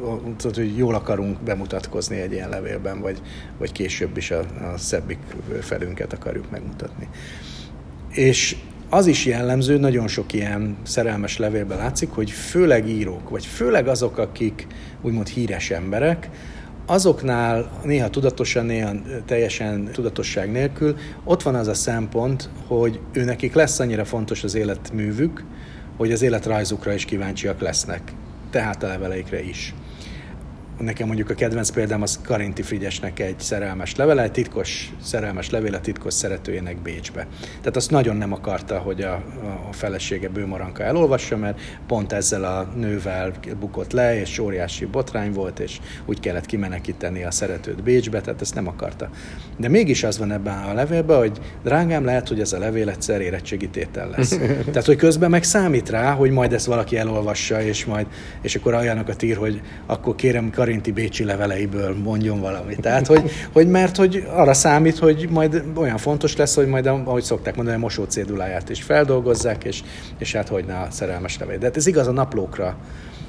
jól akarunk bemutatkozni egy ilyen levélben, vagy később is a szebbik felünket akarjuk megmutatni. És az is jellemző, nagyon sok ilyen szerelmes levélben látszik, hogy főleg írók, vagy főleg azok, akik úgymond híres emberek, azoknál néha tudatosan, néha teljesen tudatosság nélkül ott van az a szempont, hogy őnekik lesz annyira fontos az életművük, hogy az életrajzukra is kíváncsiak lesznek, tehát a leveleikre is. Nekem mondjuk a kedvenc példám az Karinti Frigyesnek egy szerelmes levele, egy titkos szerelmes levél a titkos szeretőjének Bécsbe. Tehát azt nagyon nem akarta, hogy a felesége Bőmaranka elolvassa, mert pont ezzel a nővel bukott le, és óriási botrány volt, és úgy kellett kimenekíteni a szeretőt Bécsbe, tehát ezt nem akarta. De mégis az van ebben a levélben, hogy drágám, lehet, hogy ez a levél egyszer érettségi tétel lesz. Tehát, hogy közben meg számít rá, hogy majd ezt valaki elolvassa, és akkor olyanokat ír, hogy akkor kérem Karinti bécsi leveleiből mondjon valamit. Tehát, hogy arra számít, hogy majd olyan fontos lesz, hogy majd, ahogy szokták mondani, a mosócéduláját is feldolgozzák, és hát hogyne a szerelmes levél. De hát ez igaz a naplókra.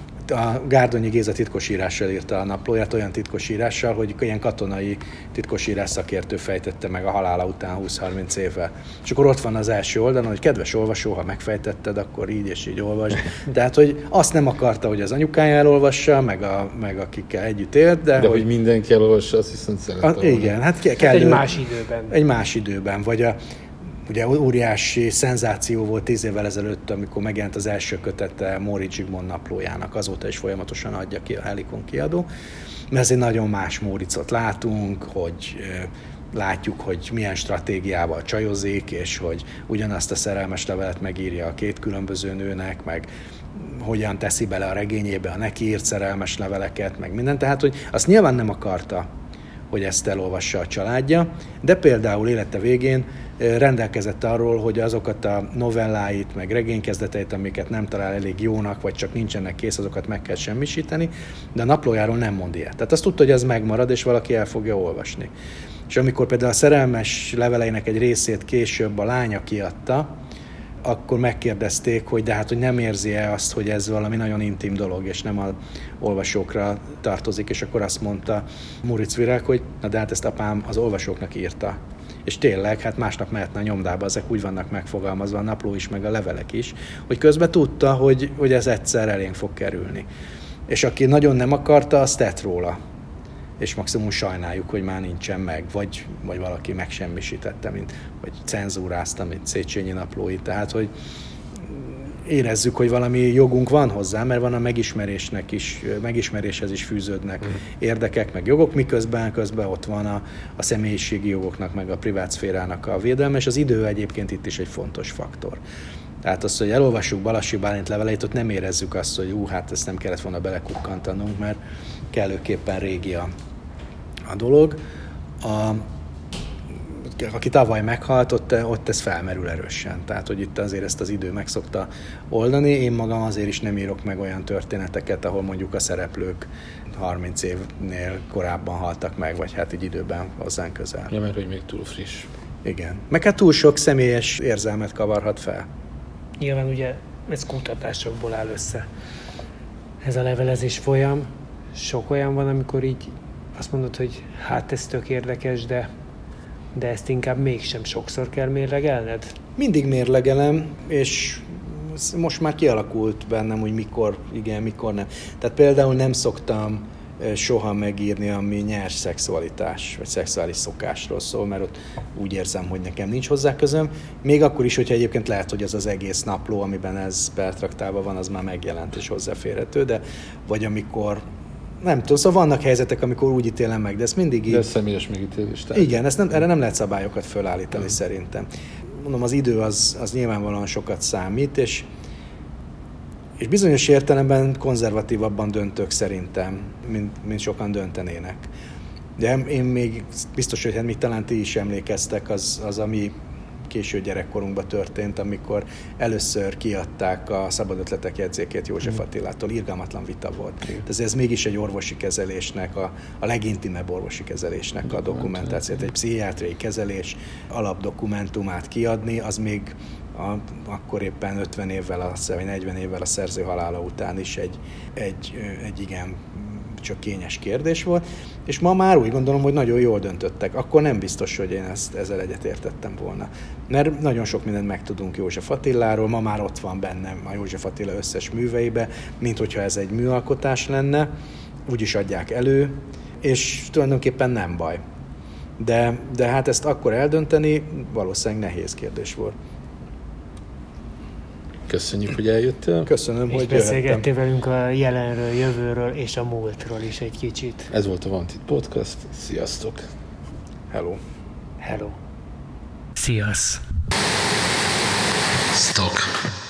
A Gárdonyi Géza titkosírással írta a naplóját, olyan titkosírással, hogy ilyen katonai titkosírás szakértő fejtette meg a halála után 20-30 évvel. És akkor ott van az első oldalon, hogy kedves olvasó, ha megfejtetted, akkor így és így olvasd. Tehát, hogy azt nem akarta, hogy az anyukája elolvassa, meg akikkel együtt élt, de hogy mindenki elolvassa, azt viszont szerette. Igen, hát kell. Egy más időben. Egy más időben, vagy ugye óriási szenzáció volt 10 évvel ezelőtt, amikor megjelent az első kötete Móricz Zsigmond naplójának, azóta is folyamatosan adja ki a Helikon kiadó, mert ezért nagyon más Móriczot látunk, hogy látjuk, hogy milyen stratégiával csajozik, és hogy ugyanazt a szerelmes levelet megírja a két különböző nőnek, meg hogyan teszi bele a regényébe a neki írt szerelmes leveleket, meg minden. Tehát, hogy azt nyilván nem akarta, hogy ezt elolvassa a családja, de például élete végén rendelkezett arról, hogy azokat a novelláit, meg regénykezdeteit, amiket nem talál elég jónak, vagy csak nincsenek kész, azokat meg kell semmisíteni, de a naplójáról nem mond ilyet. Tehát azt tudta, hogy ez megmarad, és valaki el fogja olvasni. És amikor például a szerelmes leveleinek egy részét később a lánya kiadta, akkor megkérdezték, hogy de hát, hogy nem érzi-e azt, hogy ez valami nagyon intim dolog, és nem a olvasókra tartozik, és akkor azt mondta Móricz Virág, hogy na de hát ezt apám az olvasóknak írta. És tényleg, hát másnap mehetne a nyomdába, ezek úgy vannak megfogalmazva, a napló is, meg a levelek is, hogy közben tudta, hogy ez egyszer elénk fog kerülni. És aki nagyon nem akarta, azt tett róla. És maximum sajnáljuk, hogy már nincsen meg, vagy valaki megsemmisítette, vagy cenzúrázta, mint Széchenyi naplói. Tehát, hogy érezzük, hogy valami jogunk van hozzá, mert van a megismeréshez is fűződnek érdekek, meg jogok, miközben ott van a személyiségi jogoknak, meg a privátszférának a védelme, és az idő egyébként itt is egy fontos faktor. Tehát azt, hogy elolvassuk Balassi Bálint leveleit, ott nem érezzük azt, hogy hát ezt nem kellett volna belekukkantanunk, mert kellőképpen régi a dolog. aki tavaly meghalt, ott ez felmerül erősen. Tehát, hogy itt azért ezt az idő meg szokta oldani. Én magam azért is nem írok meg olyan történeteket, ahol mondjuk a szereplők 30 évnél korábban haltak meg, vagy hát így időben hozzánk közel. Ja, mert hogy még túl friss. Igen. Meg hát túl sok személyes érzelmet kavarhat fel. Nyilván ugye ez kutatásokból áll össze. Ez a levelezés folyam. Sok olyan van, amikor így azt mondod, hogy hát ez tök érdekes, de ezt inkább mégsem sokszor kell mérlegelned? Mindig mérlegelem, és most már kialakult bennem, hogy mikor igen, mikor nem. Tehát például nem szoktam soha megírni, ami nyers szexualitás, vagy szexuális szokásról szól, mert ott úgy érzem, hogy nekem nincs hozzá közöm. Még akkor is, hogyha egyébként lehet, hogy az egész napló, amiben ez pertraktálva van, az már megjelent és hozzáférhető, de vagy amikor nem tudom, szóval vannak helyzetek, amikor úgy ítélem meg, de ez mindig így... De ez személyes megítélés. Igen, erre nem lehet szabályokat fölállítani szerintem. Mondom, az idő az nyilvánvalóan sokat számít, és bizonyos értelemben konzervatívabban döntök szerintem, mint sokan döntenének. De én még biztos, hogy még talán ti is emlékeztek, az ami késő gyerekkorunkban történt, amikor először kiadták a Szabad Ötletek jegyzékét József Attilától. Irgalmatlan vita volt. De ez mégis egy orvosi kezelésnek, a legintimebb orvosi kezelésnek a dokumentációt. Egy pszichiátriai kezelés alapdokumentumát kiadni, az még akkor éppen 50 évvel, vagy 40 évvel a szerző halála után is egy igen csak kényes kérdés volt, és ma már úgy gondolom, hogy nagyon jól döntöttek. Akkor nem biztos, hogy én ezzel egyetértettem volna. Mert nagyon sok mindent megtudunk József Attiláról, ma már ott van bennem a József Attila összes műveibe, mint hogyha ez egy műalkotás lenne, úgy is adják elő, és tulajdonképpen nem baj. De hát ezt akkor eldönteni valószínűleg nehéz kérdés volt. Köszönjük, hogy eljöttél. Köszönöm, hogy beszélgettél velünk a jelenről, jövőről és a múltról is egy kicsit. Ez volt a Vantit Podcast. Sziasztok! Hello! Hello! Sziasz! Stock!